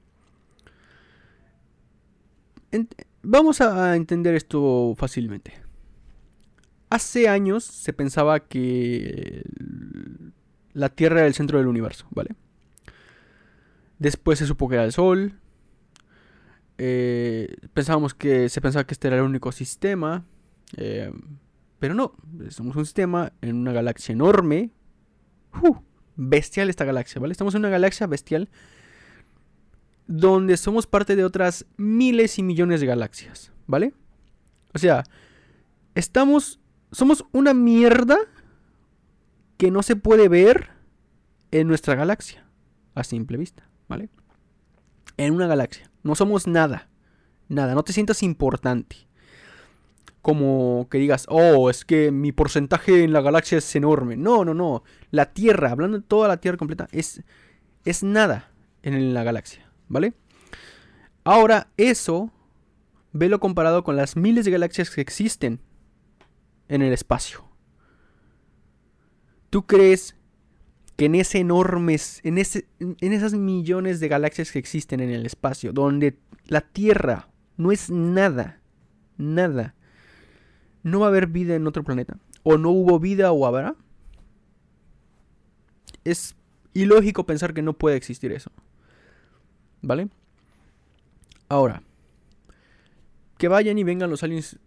Vamos a entender esto fácilmente. Hace años se pensaba que la Tierra era el centro del universo, ¿vale? Después se supo que era el Sol. Se pensaba que este era el único sistema. Pero no, somos un sistema en una galaxia enorme. Bestial esta galaxia, ¿vale? Estamos en una galaxia bestial donde somos parte de otras miles y millones de galaxias, ¿vale? O sea, somos una mierda que no se puede ver en nuestra galaxia a simple vista, ¿vale? En una galaxia, no somos nada, no te sientas importante. Como que digas, oh, es que mi porcentaje en la galaxia es enorme. No. La Tierra, hablando de toda la Tierra completa, es nada en la galaxia, ¿vale? Ahora, eso, velo comparado con las miles de galaxias que existen en el espacio. ¿Tú crees que en esas millones de galaxias que existen en el espacio, donde la Tierra no es nada, no va a haber vida en otro planeta? ¿O no hubo vida o habrá? Es ilógico pensar que no puede existir eso, ¿vale? Ahora, que vayan y vengan los aliens.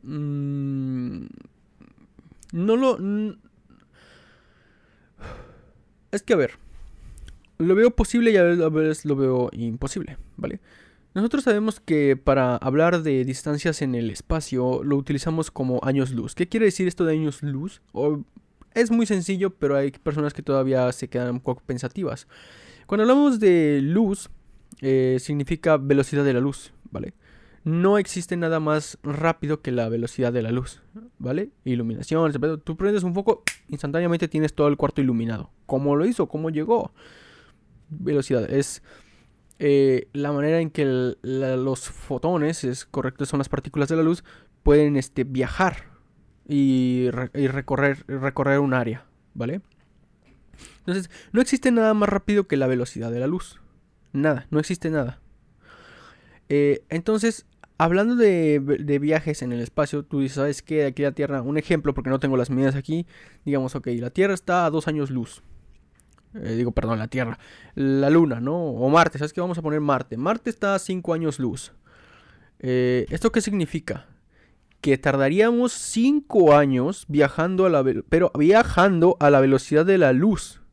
Es que a ver, lo veo posible y a veces lo veo imposible, ¿vale? Nosotros sabemos que para hablar de distancias en el espacio lo utilizamos como años luz. ¿Qué quiere decir esto de años luz? Es muy sencillo, pero hay personas que todavía se quedan un poco pensativas. Cuando hablamos de luz, significa velocidad de la luz, ¿vale? No existe nada más rápido que la velocidad de la luz, ¿vale? Iluminación, tú prendes un foco, instantáneamente tienes todo el cuarto iluminado. ¿Cómo lo hizo? ¿Cómo llegó? Velocidad es la manera en que los fotones, es correcto, son las partículas de la luz, pueden viajar y recorrer un área, ¿vale? Entonces, no existe nada más rápido que la velocidad de la luz. Nada, no existe nada. Entonces, hablando de viajes en el espacio, tú dices, ¿sabes qué? Aquí la Tierra, un ejemplo, porque no tengo las medidas aquí, digamos, ok, la Tierra está a 2 años luz. La Tierra, la Luna, ¿no? O Marte, ¿sabes qué? Vamos a poner Marte. Marte está a 5 años luz. ¿Esto qué significa? Que tardaríamos 5 años viajando viajando a la velocidad de la luz.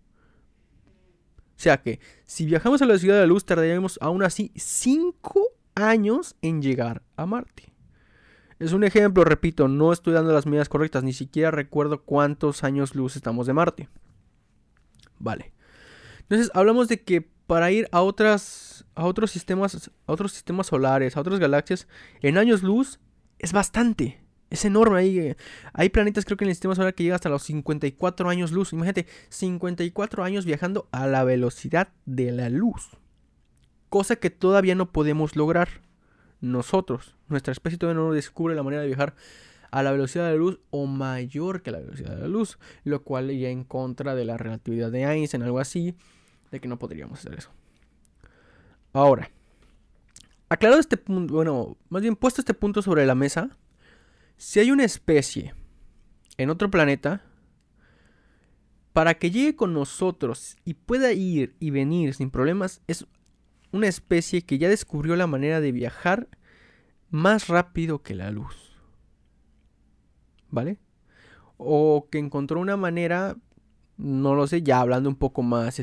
O sea que, si viajamos a la velocidad de la luz, tardaríamos aún así 5 años en llegar a Marte. Es un ejemplo, repito, no estoy dando las medidas correctas, ni siquiera recuerdo cuántos años luz estamos de Marte. Vale. Entonces hablamos de que para ir a otros sistemas solares, a otras galaxias, en años luz es bastante. Es enorme. Hay planetas, creo que en el sistema solar, que llega hasta los 54 años luz. Imagínate, 54 años viajando a la velocidad de la luz. Cosa que todavía no podemos lograr nosotros. Nuestra especie todavía no descubre la manera de viajar a la velocidad de la luz o mayor que la velocidad de la luz, lo cual iría en contra de la relatividad de Einstein, algo así, de que no podríamos hacer eso. Ahora, aclarado este punto, bueno, más bien puesto este punto sobre la mesa, si hay una especie en otro planeta, para que llegue con nosotros y pueda ir y venir sin problemas, es una especie que ya descubrió la manera de viajar más rápido que la luz, ¿vale? O que encontró una manera, no lo sé, ya hablando un poco más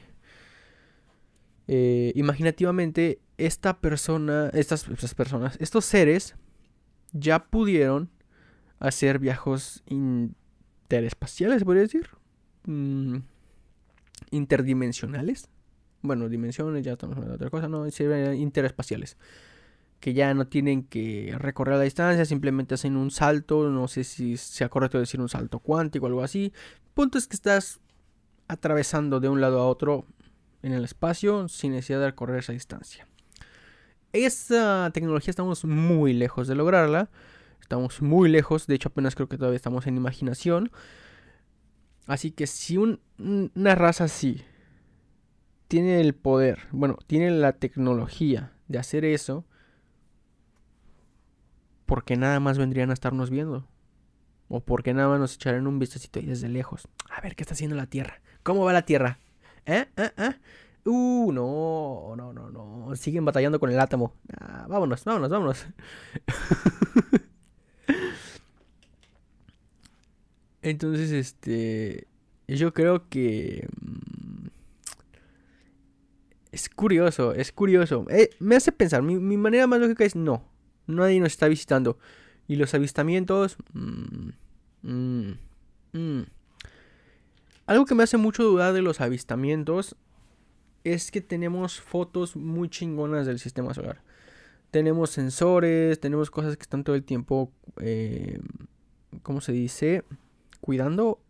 imaginativamente, estas personas, estos seres ya pudieron hacer viajes interespaciales, se podría decir, interdimensionales. Bueno, dimensiones, ya estamos hablando de otra cosa, no, interespaciales, que ya no tienen que recorrer la distancia, simplemente hacen un salto, no sé si sea correcto decir un salto cuántico o algo así. El punto es que estás atravesando de un lado a otro en el espacio sin necesidad de recorrer esa distancia. Esa tecnología estamos muy lejos de lograrla, estamos muy lejos, de hecho apenas creo que todavía estamos en imaginación. Así que si una raza así tiene el poder, bueno, tiene la tecnología de hacer eso, ¿por qué nada más vendrían a estarnos viendo? ¿O por qué nada más nos echarían un vistacito ahí desde lejos? A ver, ¿qué está haciendo la Tierra? ¿Cómo va la Tierra? No, no, no, no. Siguen batallando con el átomo. Vámonos, vámonos, vámonos. Entonces, yo creo que es curioso, es curioso. Me hace pensar, mi manera más lógica es no, nadie nos está visitando. Y los avistamientos... mm, mm. Algo que me hace mucho dudar de los avistamientos es que tenemos fotos muy chingonas del sistema solar. Tenemos sensores, tenemos cosas que están todo el tiempo, ¿cómo se dice? Cuidando.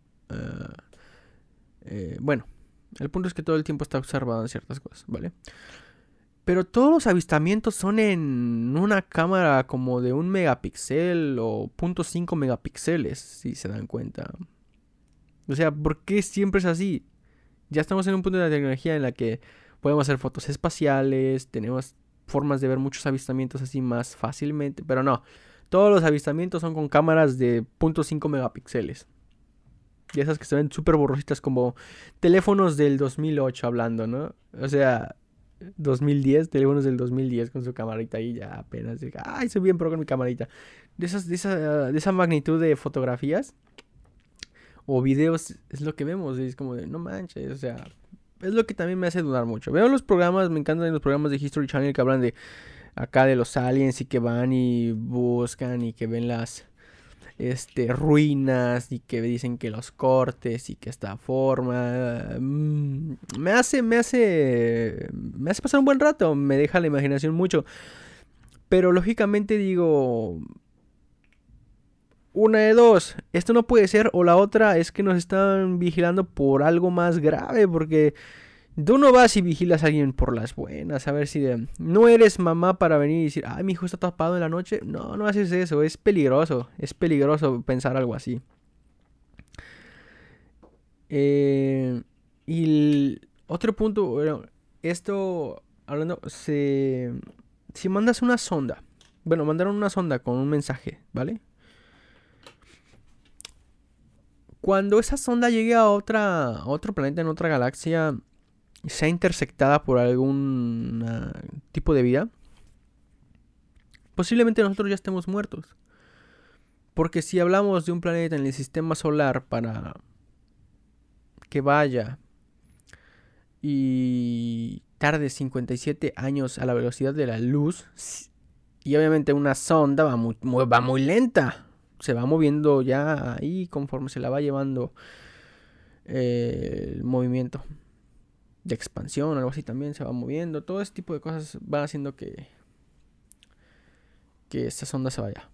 Bueno, el punto es que todo el tiempo está observando ciertas cosas, ¿vale? Pero todos los avistamientos son en una cámara como de 1 megapíxel o 0.5 megapíxeles, si se dan cuenta. O sea, ¿por qué siempre es así? Ya estamos en un punto de la tecnología en la que podemos hacer fotos espaciales, tenemos formas de ver muchos avistamientos así más fácilmente, pero no. Todos los avistamientos son con cámaras de 0.5 megapíxeles. Y esas que se ven súper borrositas como teléfonos del 2008 hablando, ¿no? O sea, 2010, teléfonos del 2010 con su camarita ahí ya apenas. Ay, soy bien pro con mi camarita. De esa magnitud de fotografías o videos es lo que vemos. Es como de, no manches, o sea, es lo que también me hace dudar mucho. Veo los programas, me encantan los programas de History Channel que hablan de acá de los aliens y que van y buscan y que ven las ruinas y que dicen que los cortes y que esta forma me hace pasar un buen rato, me deja la imaginación mucho, pero lógicamente digo, una de dos, esto no puede ser, o la otra es que nos están vigilando por algo más grave, porque tú no vas y vigilas a alguien por las buenas, a ver si no eres mamá para venir y decir, ay, mi hijo está tapado en la noche. No, no haces eso, es peligroso pensar algo así. Y el otro punto, bueno, esto, hablando, si mandas una sonda, bueno, mandaron una sonda con un mensaje, ¿vale? Cuando esa sonda llegue a otro planeta, en otra galaxia, sea intersectada por algún tipo de vida, posiblemente nosotros ya estemos muertos. Porque si hablamos de un planeta en el sistema solar para que vaya y tarde 57 años a la velocidad de la luz, y obviamente una sonda va muy lenta, se va moviendo ya ahí conforme se la va llevando el movimiento de expansión, algo así también se va moviendo. Todo ese tipo de cosas van haciendo que esta sonda se vaya.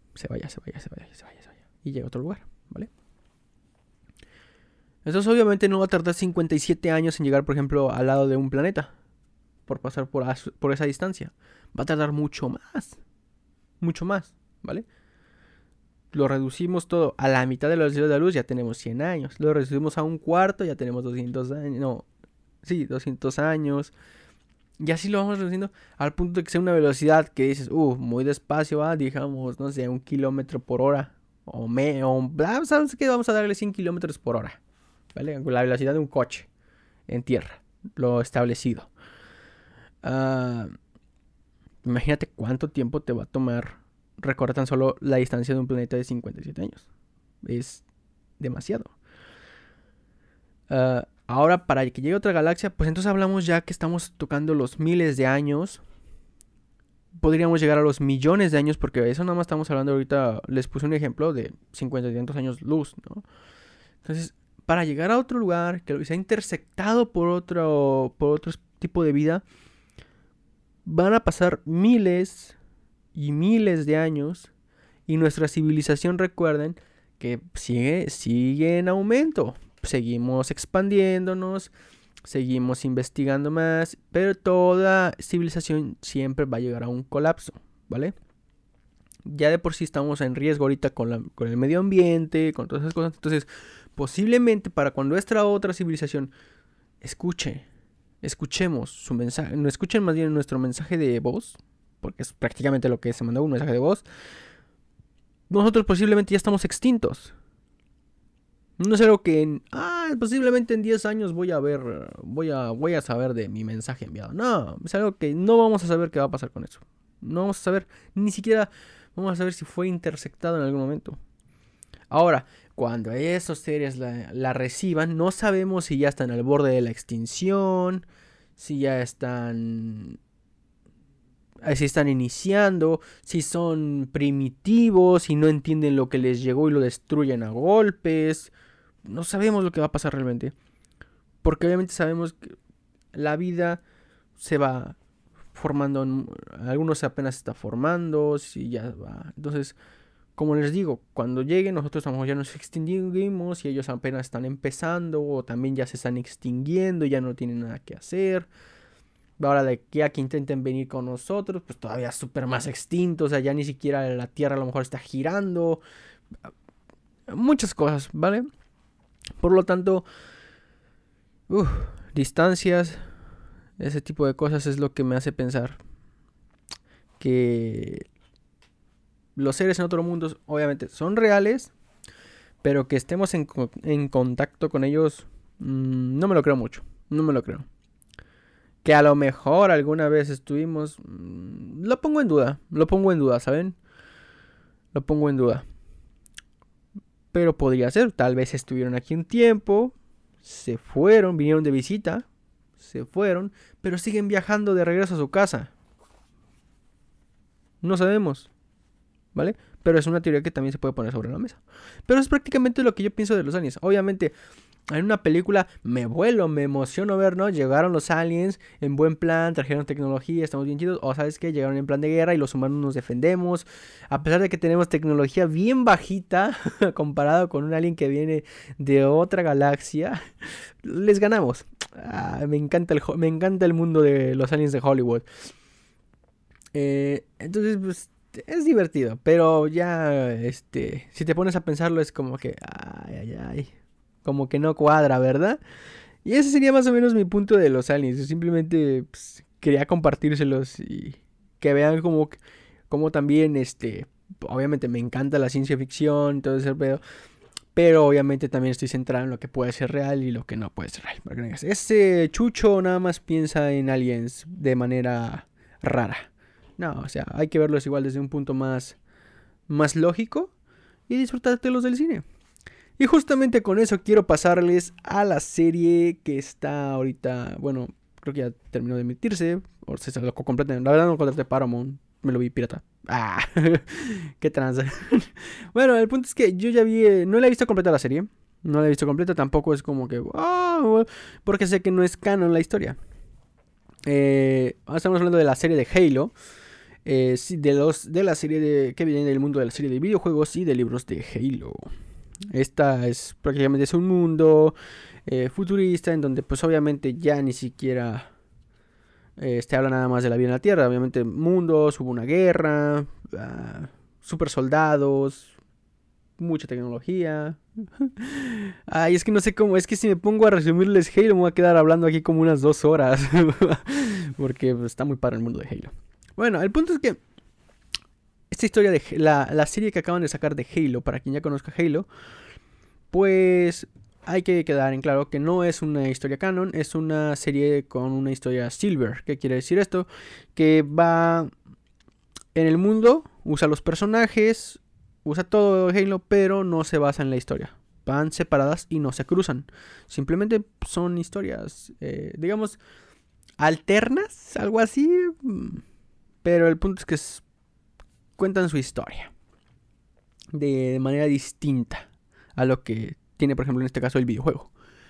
Y llegue a otro lugar, ¿vale? Entonces obviamente no va a tardar 57 años en llegar, por ejemplo, al lado de un planeta. Por pasar por esa distancia. Va a tardar mucho más. Mucho más, ¿vale? Lo reducimos todo a la mitad de la velocidad de la luz, ya tenemos 100 años. Lo reducimos a un cuarto, ya tenemos 200 años. No, sí, 200 años. Y así lo vamos reduciendo al punto de que sea una velocidad que dices, muy despacio, digamos, no sé, 1 km/h. ¿Sabes qué? Vamos a darle 100 km/h, ¿vale? Con la velocidad de un coche en tierra, lo establecido. Imagínate cuánto tiempo te va a tomar recorrer tan solo la distancia de un planeta de 57 años. Es demasiado. Ahora, para que llegue a otra galaxia, pues entonces hablamos ya que estamos tocando los miles de años. Podríamos llegar a los millones de años, porque eso nada más estamos hablando ahorita. Les puse un ejemplo de 50 y tantos años luz, ¿no? Entonces, para llegar a otro lugar que sea intersectado por otro tipo de vida, van a pasar miles y miles de años. Y nuestra civilización, recuerden, que sigue en aumento. Seguimos expandiéndonos, seguimos investigando más, pero toda civilización siempre va a llegar a un colapso, ¿vale? Ya de por sí estamos en riesgo ahorita con el medio ambiente, con todas esas cosas. Entonces, posiblemente para cuando nuestra otra civilización escuchemos su mensaje, no escuchen más bien nuestro mensaje de voz, porque es prácticamente lo que se mandó, un mensaje de voz, nosotros posiblemente ya estamos extintos. No es algo que posiblemente en 10 años voy a saber de mi mensaje enviado. No, es algo que no vamos a saber qué va a pasar con eso. No vamos a saber, ni siquiera vamos a saber si fue interceptado en algún momento. Ahora, cuando esos seres la reciban, no sabemos si ya están al borde de la extinción, si ya están... Si están iniciando, si son primitivos, si no entienden lo que les llegó y lo destruyen a golpes. No sabemos lo que va a pasar realmente. Porque obviamente sabemos que la vida se va formando. Algunos apenas se está formando. Si ya va. Entonces, como les digo, cuando lleguen nosotros a lo mejor ya nos extinguimos. Y ellos apenas están empezando. O también ya se están extinguiendo. Ya no tienen nada que hacer. Ahora de aquí a que intenten venir con nosotros, pues todavía súper más extintos. O sea, ya ni siquiera la Tierra a lo mejor está girando. Muchas cosas, ¿vale? Por lo tanto, distancias, ese tipo de cosas es lo que me hace pensar que los seres en otro mundo obviamente son reales, pero que estemos en contacto con ellos, no me lo creo mucho, no me lo creo. Que a lo mejor alguna vez estuvimos, lo pongo en duda, ¿saben? Lo pongo en duda. Pero podría ser, tal vez estuvieron aquí un tiempo, se fueron, vinieron de visita, se fueron, pero siguen viajando de regreso a su casa. No sabemos, ¿vale? Pero es una teoría que también se puede poner sobre la mesa. Pero es prácticamente lo que yo pienso de los aliens. Obviamente, en una película me emociono ver, ¿no? Llegaron los aliens en buen plan, trajeron tecnología, estamos bien chidos. O sabes qué, llegaron en plan de guerra y los humanos nos defendemos. A pesar de que tenemos tecnología bien bajita comparado con un alien que viene de otra galaxia, les ganamos. Me encanta el mundo de los aliens de Hollywood. Entonces, pues, es divertido. Pero ya, si te pones a pensarlo es como que, ay. Como que no cuadra, ¿verdad? Y ese sería más o menos mi punto de los aliens. Yo simplemente quería compartírselos y que vean como también, obviamente me encanta la ciencia ficción, todo ese pedo. Pero obviamente también estoy centrado en lo que puede ser real y lo que no puede ser real. Porque ese Chucho nada más piensa en aliens de manera rara. No, o sea, hay que verlos igual desde un punto más lógico y disfrutártelos del cine. Y justamente con eso quiero pasarles a la serie que está ahorita, bueno, creo que ya terminó de emitirse, o se sacó completamente. La verdad no contraté Paramount, me lo vi pirata. Qué tranza. Bueno, el punto es que yo ya no la he visto completa la serie, no la he visto completa, tampoco es como que, porque sé que no es canon la historia. Estamos hablando de la serie de Halo. De la serie que viene del mundo de la serie de videojuegos y de libros de Halo. Esta es prácticamente un mundo futurista en donde pues obviamente ya ni siquiera habla nada más de la vida en la Tierra. Obviamente mundos, hubo una guerra, super soldados, mucha tecnología. Ay, es que no sé cómo, es que si me pongo a resumirles Halo me voy a quedar hablando aquí como unas 2 horas. Porque pues, está muy padre el mundo de Halo. Bueno, el punto es que esta historia de la serie que acaban de sacar de Halo, para quien ya conozca Halo, pues hay que quedar en claro que no es una historia canon, es una serie con una historia silver. ¿Qué quiere decir esto? Que va en el mundo, usa los personajes, usa todo Halo, pero no se basa en la historia. Van separadas y no se cruzan. Simplemente son historias, digamos, alternas, algo así. Pero el punto es que cuentan su historia de manera distinta a lo que tiene, por ejemplo, en este caso el videojuego.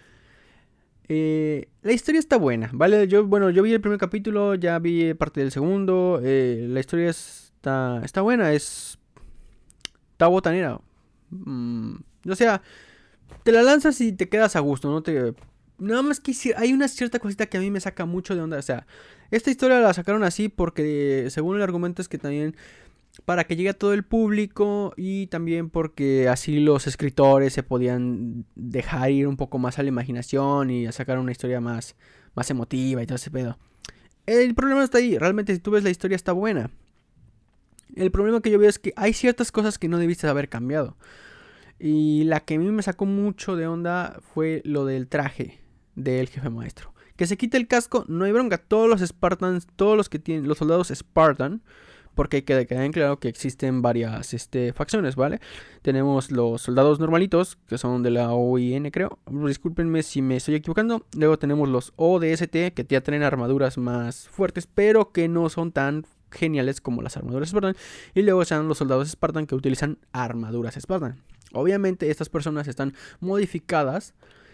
La historia está buena, ¿vale? Yo vi el primer capítulo, ya vi parte del segundo. La historia está buena, está botanera. O sea, te la lanzas y te quedas a gusto, nada más que hay una cierta cosita que a mí me saca mucho de onda. O sea, esta historia la sacaron así porque según el argumento es que también para que llegue a todo el público y también porque así los escritores se podían dejar ir un poco más a la imaginación y a sacar una historia más emotiva y todo ese pedo. El problema está ahí, realmente si tú ves la historia está buena. El problema que yo veo es que hay ciertas cosas que no debiste haber cambiado. Y la que a mí me sacó mucho de onda fue lo del traje del jefe maestro. Que se quite el casco, no hay bronca. Todos los Spartans, todos los que tienen, los soldados Spartan, porque hay que quedar en claro que existen varias facciones, ¿vale? Tenemos los soldados normalitos, que son de la OIN, creo. Discúlpenme si me estoy equivocando. Luego tenemos los ODST, que ya tienen armaduras más fuertes, pero que no son tan geniales como las armaduras Spartan. Y luego están los soldados Spartan que utilizan armaduras Spartan. Obviamente estas personas están modificadas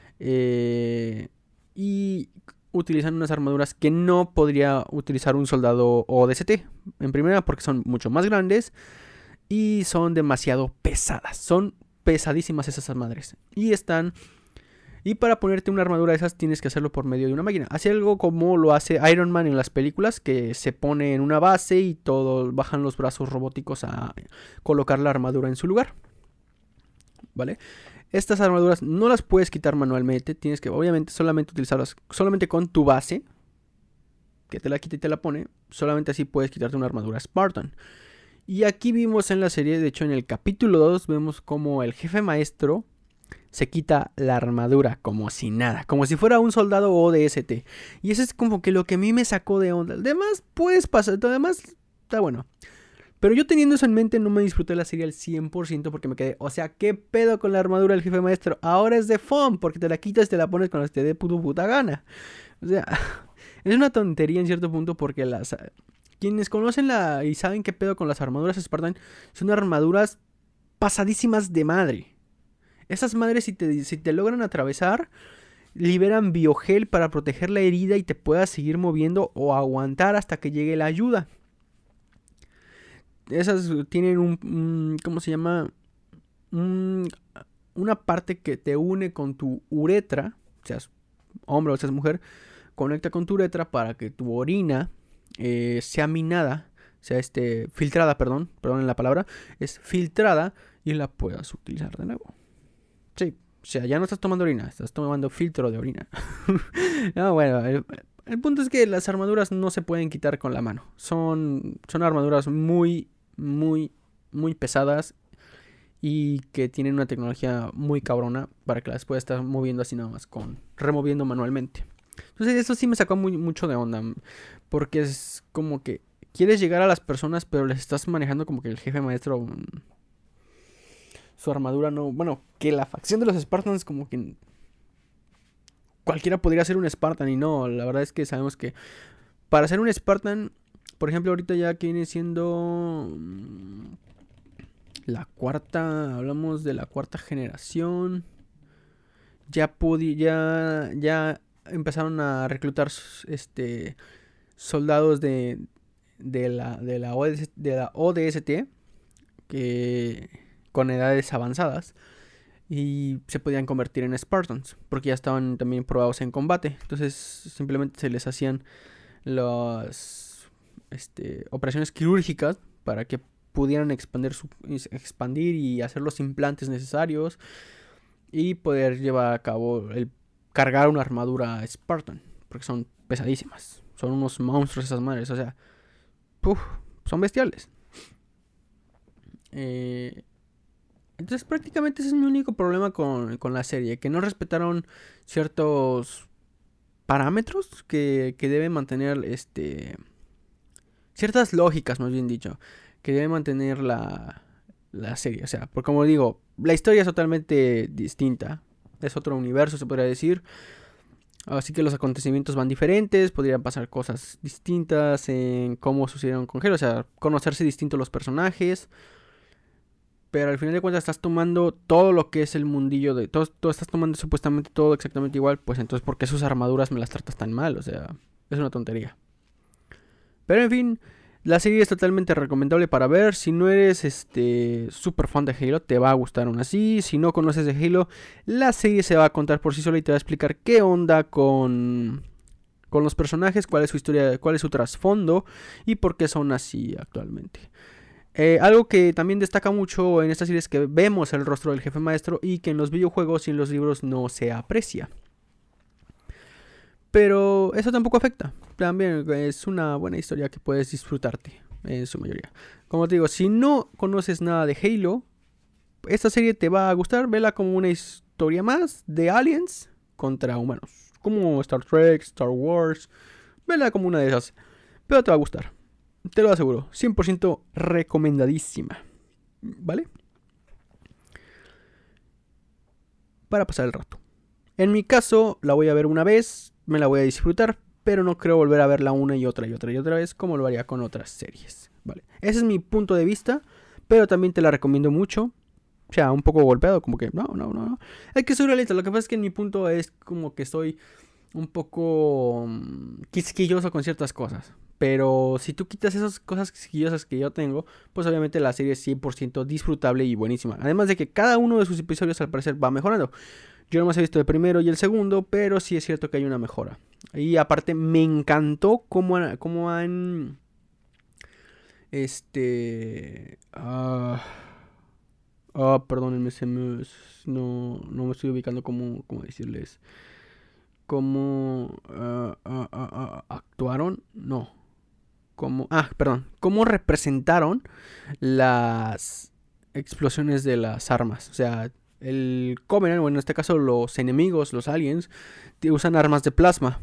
y utilizan unas armaduras que no podría utilizar un soldado ODST. En primera porque son mucho más grandes y son demasiado pesadas. Son pesadísimas esas madres. Y para ponerte una armadura de esas tienes que hacerlo por medio de una máquina. Hace algo como lo hace Iron Man en las películas, que se pone en una base y todos bajan los brazos robóticos a colocar la armadura en su lugar. ¿Vale? Estas armaduras no las puedes quitar manualmente. Tienes que obviamente solamente utilizarlas solamente con tu base, que te la quita y te la pone. Solamente así puedes quitarte una armadura Spartan. Y aquí vimos en la serie, de hecho en el capítulo 2, vemos como el jefe maestro se quita la armadura como si nada, como si fuera un soldado ODST. Y eso es como que lo que a mí me sacó de onda. Además puedes pasar, además está bueno. Pero yo teniendo eso en mente no me disfruté la serie al 100% porque me quedé, o sea, ¿qué pedo con la armadura del jefe maestro? Ahora es de foam porque te la quitas y te la pones cuando te dé puta gana. O sea, es una tontería en cierto punto porque quienes conocen y saben qué pedo con las armaduras Spartan son armaduras pasadísimas de madre. Esas madres si te logran atravesar, liberan biogel para proteger la herida y te puedas seguir moviendo o aguantar hasta que llegue la ayuda. Esas tienen ¿cómo se llama? Una parte que te une con tu uretra, seas hombre o seas mujer, conecta con tu uretra para que tu orina sea minada, sea filtrada, perdón en la palabra, es filtrada y la puedas utilizar de nuevo. Sí, o sea, ya no estás tomando orina, estás tomando filtro de orina. No, bueno, el punto es que las armaduras no se pueden quitar con la mano. Son armaduras muy, muy, muy pesadas y que tienen una tecnología muy cabrona para que las puedas estar moviendo así nada más, removiendo manualmente. Entonces eso sí me sacó mucho de onda, porque es como que quieres llegar a las personas, pero les estás manejando como que el jefe maestro, su armadura no... Bueno, que la facción de los Spartans como que cualquiera podría ser un Spartan y no, la verdad es que sabemos que para ser un Spartan, por ejemplo, ahorita ya que viene siendo la cuarta, hablamos de la cuarta generación, ya empezaron a reclutar soldados de la ODST que con edades avanzadas y se podían convertir en Spartans porque ya estaban también probados en combate. Entonces simplemente se les hacían las operaciones quirúrgicas para que pudieran expandir y hacer los implantes necesarios y poder llevar a cabo cargar una armadura Spartan, porque son pesadísimas, son unos monstruos esas madres, o sea, son bestiales. Entonces prácticamente ese es mi único problema con la serie, que no respetaron ciertos parámetros que deben mantener ciertas lógicas, más bien dicho, que debe mantener la serie. O sea, porque como digo, la historia es totalmente distinta. Es otro universo, se podría decir. Así que los acontecimientos van diferentes. Podrían pasar cosas distintas en cómo sucedieron con Halo. O sea, conocerse distintos los personajes. Pero al final de cuentas estás tomando todo lo que es el mundillo de... Todo estás tomando supuestamente todo exactamente igual. Pues entonces, ¿por qué sus armaduras me las tratas tan mal? O sea, es una tontería. Pero en fin, la serie es totalmente recomendable para ver. Si no eres super fan de Halo, te va a gustar aún así. Si no conoces de Halo, la serie se va a contar por sí sola y te va a explicar qué onda con los personajes, cuál es su historia, cuál es su trasfondo y por qué son así actualmente. Algo que también destaca mucho en esta serie es que vemos el rostro del jefe maestro y que en los videojuegos y en los libros no se aprecia. Pero eso tampoco afecta. También es una buena historia que puedes disfrutarte en su mayoría. Como te digo, si no conoces nada de Halo, esta serie te va a gustar, vela como una historia más de aliens contra humanos, como Star Trek, Star Wars, vela como una de esas, pero te va a gustar, te lo aseguro, 100% recomendadísima, ¿vale? Para pasar el rato. En mi caso, la voy a ver una vez, me la voy a disfrutar, pero no creo volver a verla una y otra vez como lo haría con otras series, ¿vale? Ese es mi punto de vista, pero también te la recomiendo mucho. O sea, un poco golpeado, como que no. Hay que ser realista, lo que pasa es que en mi punto es como que estoy un poco quisquilloso con ciertas cosas. Pero si tú quitas esas cosas quisquillosas que yo tengo, pues obviamente la serie es 100% disfrutable y buenísima. Además de que cada uno de sus episodios al parecer va mejorando. Yo nomás he visto el primero y el segundo, pero sí es cierto que hay una mejora. Y aparte me encantó cómo han... perdónenme, no me estoy ubicando cómo decirles. Cómo actuaron, no. Cómo representaron las explosiones de las armas. O sea, el Covenant, bueno, en este caso los enemigos, los aliens, usan armas de plasma.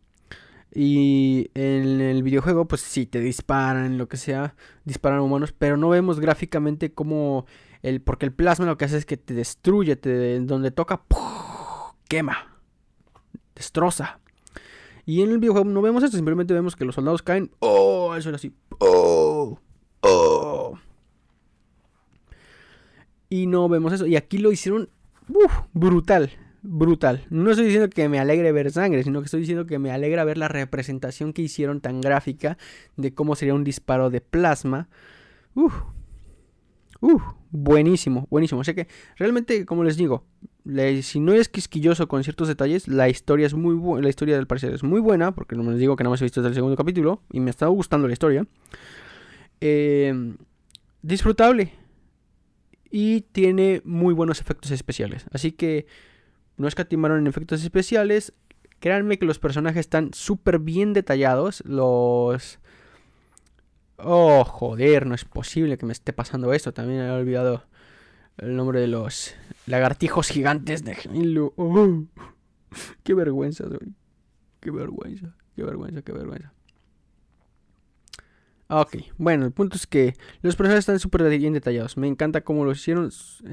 Y en el videojuego, pues sí, te disparan, lo que sea, disparan humanos, pero no vemos gráficamente cómo porque el plasma lo que hace es que te destruye, donde toca, ¡puf!, quema, destroza. Y en el videojuego no vemos esto, simplemente vemos que los soldados caen, ¡oh! Eso era así, ¡oh! ¡Oh! Y no vemos eso, y aquí lo hicieron, brutal. No estoy diciendo que me alegre ver sangre, sino que estoy diciendo que me alegra ver la representación que hicieron tan gráfica de cómo sería un disparo de plasma. Buenísimo. O sea que realmente, como les digo, si no es quisquilloso con ciertos detalles, la historia es muy buena. La historia del parecer es muy buena, porque no les digo que nada más he visto desde el segundo capítulo y me ha estado gustando la historia. Disfrutable y tiene muy buenos efectos especiales. Así que no escatimaron en efectos especiales. Créanme que los personajes están súper bien detallados. Oh, joder, no es posible que me esté pasando esto. También he olvidado el nombre de los lagartijos gigantes de Halo. Oh, qué vergüenza, soy. Qué vergüenza. Ok, bueno, el punto es que los personajes están súper bien detallados. Me encanta cómo lo hicieron.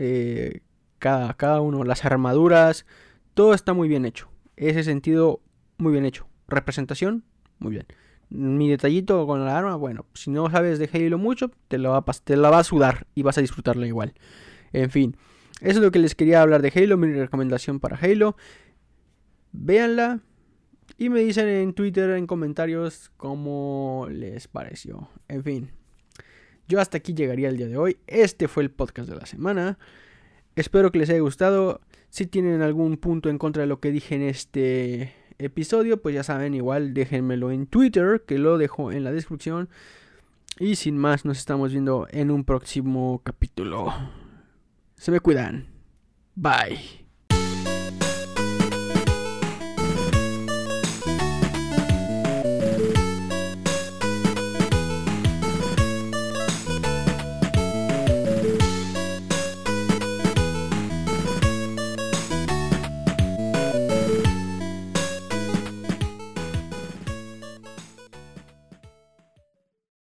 Cada uno, las armaduras, todo está muy bien hecho. Ese sentido, muy bien hecho. Representación, muy bien. Mi detallito con la arma, bueno, si no sabes de Halo mucho, te la va a sudar y vas a disfrutarla igual. En fin, eso es lo que les quería hablar de Halo, mi recomendación para Halo. Véanla y me dicen en Twitter, en comentarios, cómo les pareció. En fin, yo hasta aquí llegaría el día de hoy. Este fue el podcast de la semana. Espero que les haya gustado. Si tienen algún punto en contra de lo que dije en este episodio, pues ya saben, igual déjenmelo en Twitter, que lo dejo en la descripción. Y sin más, nos estamos viendo en un próximo capítulo. Se me cuidan. Bye.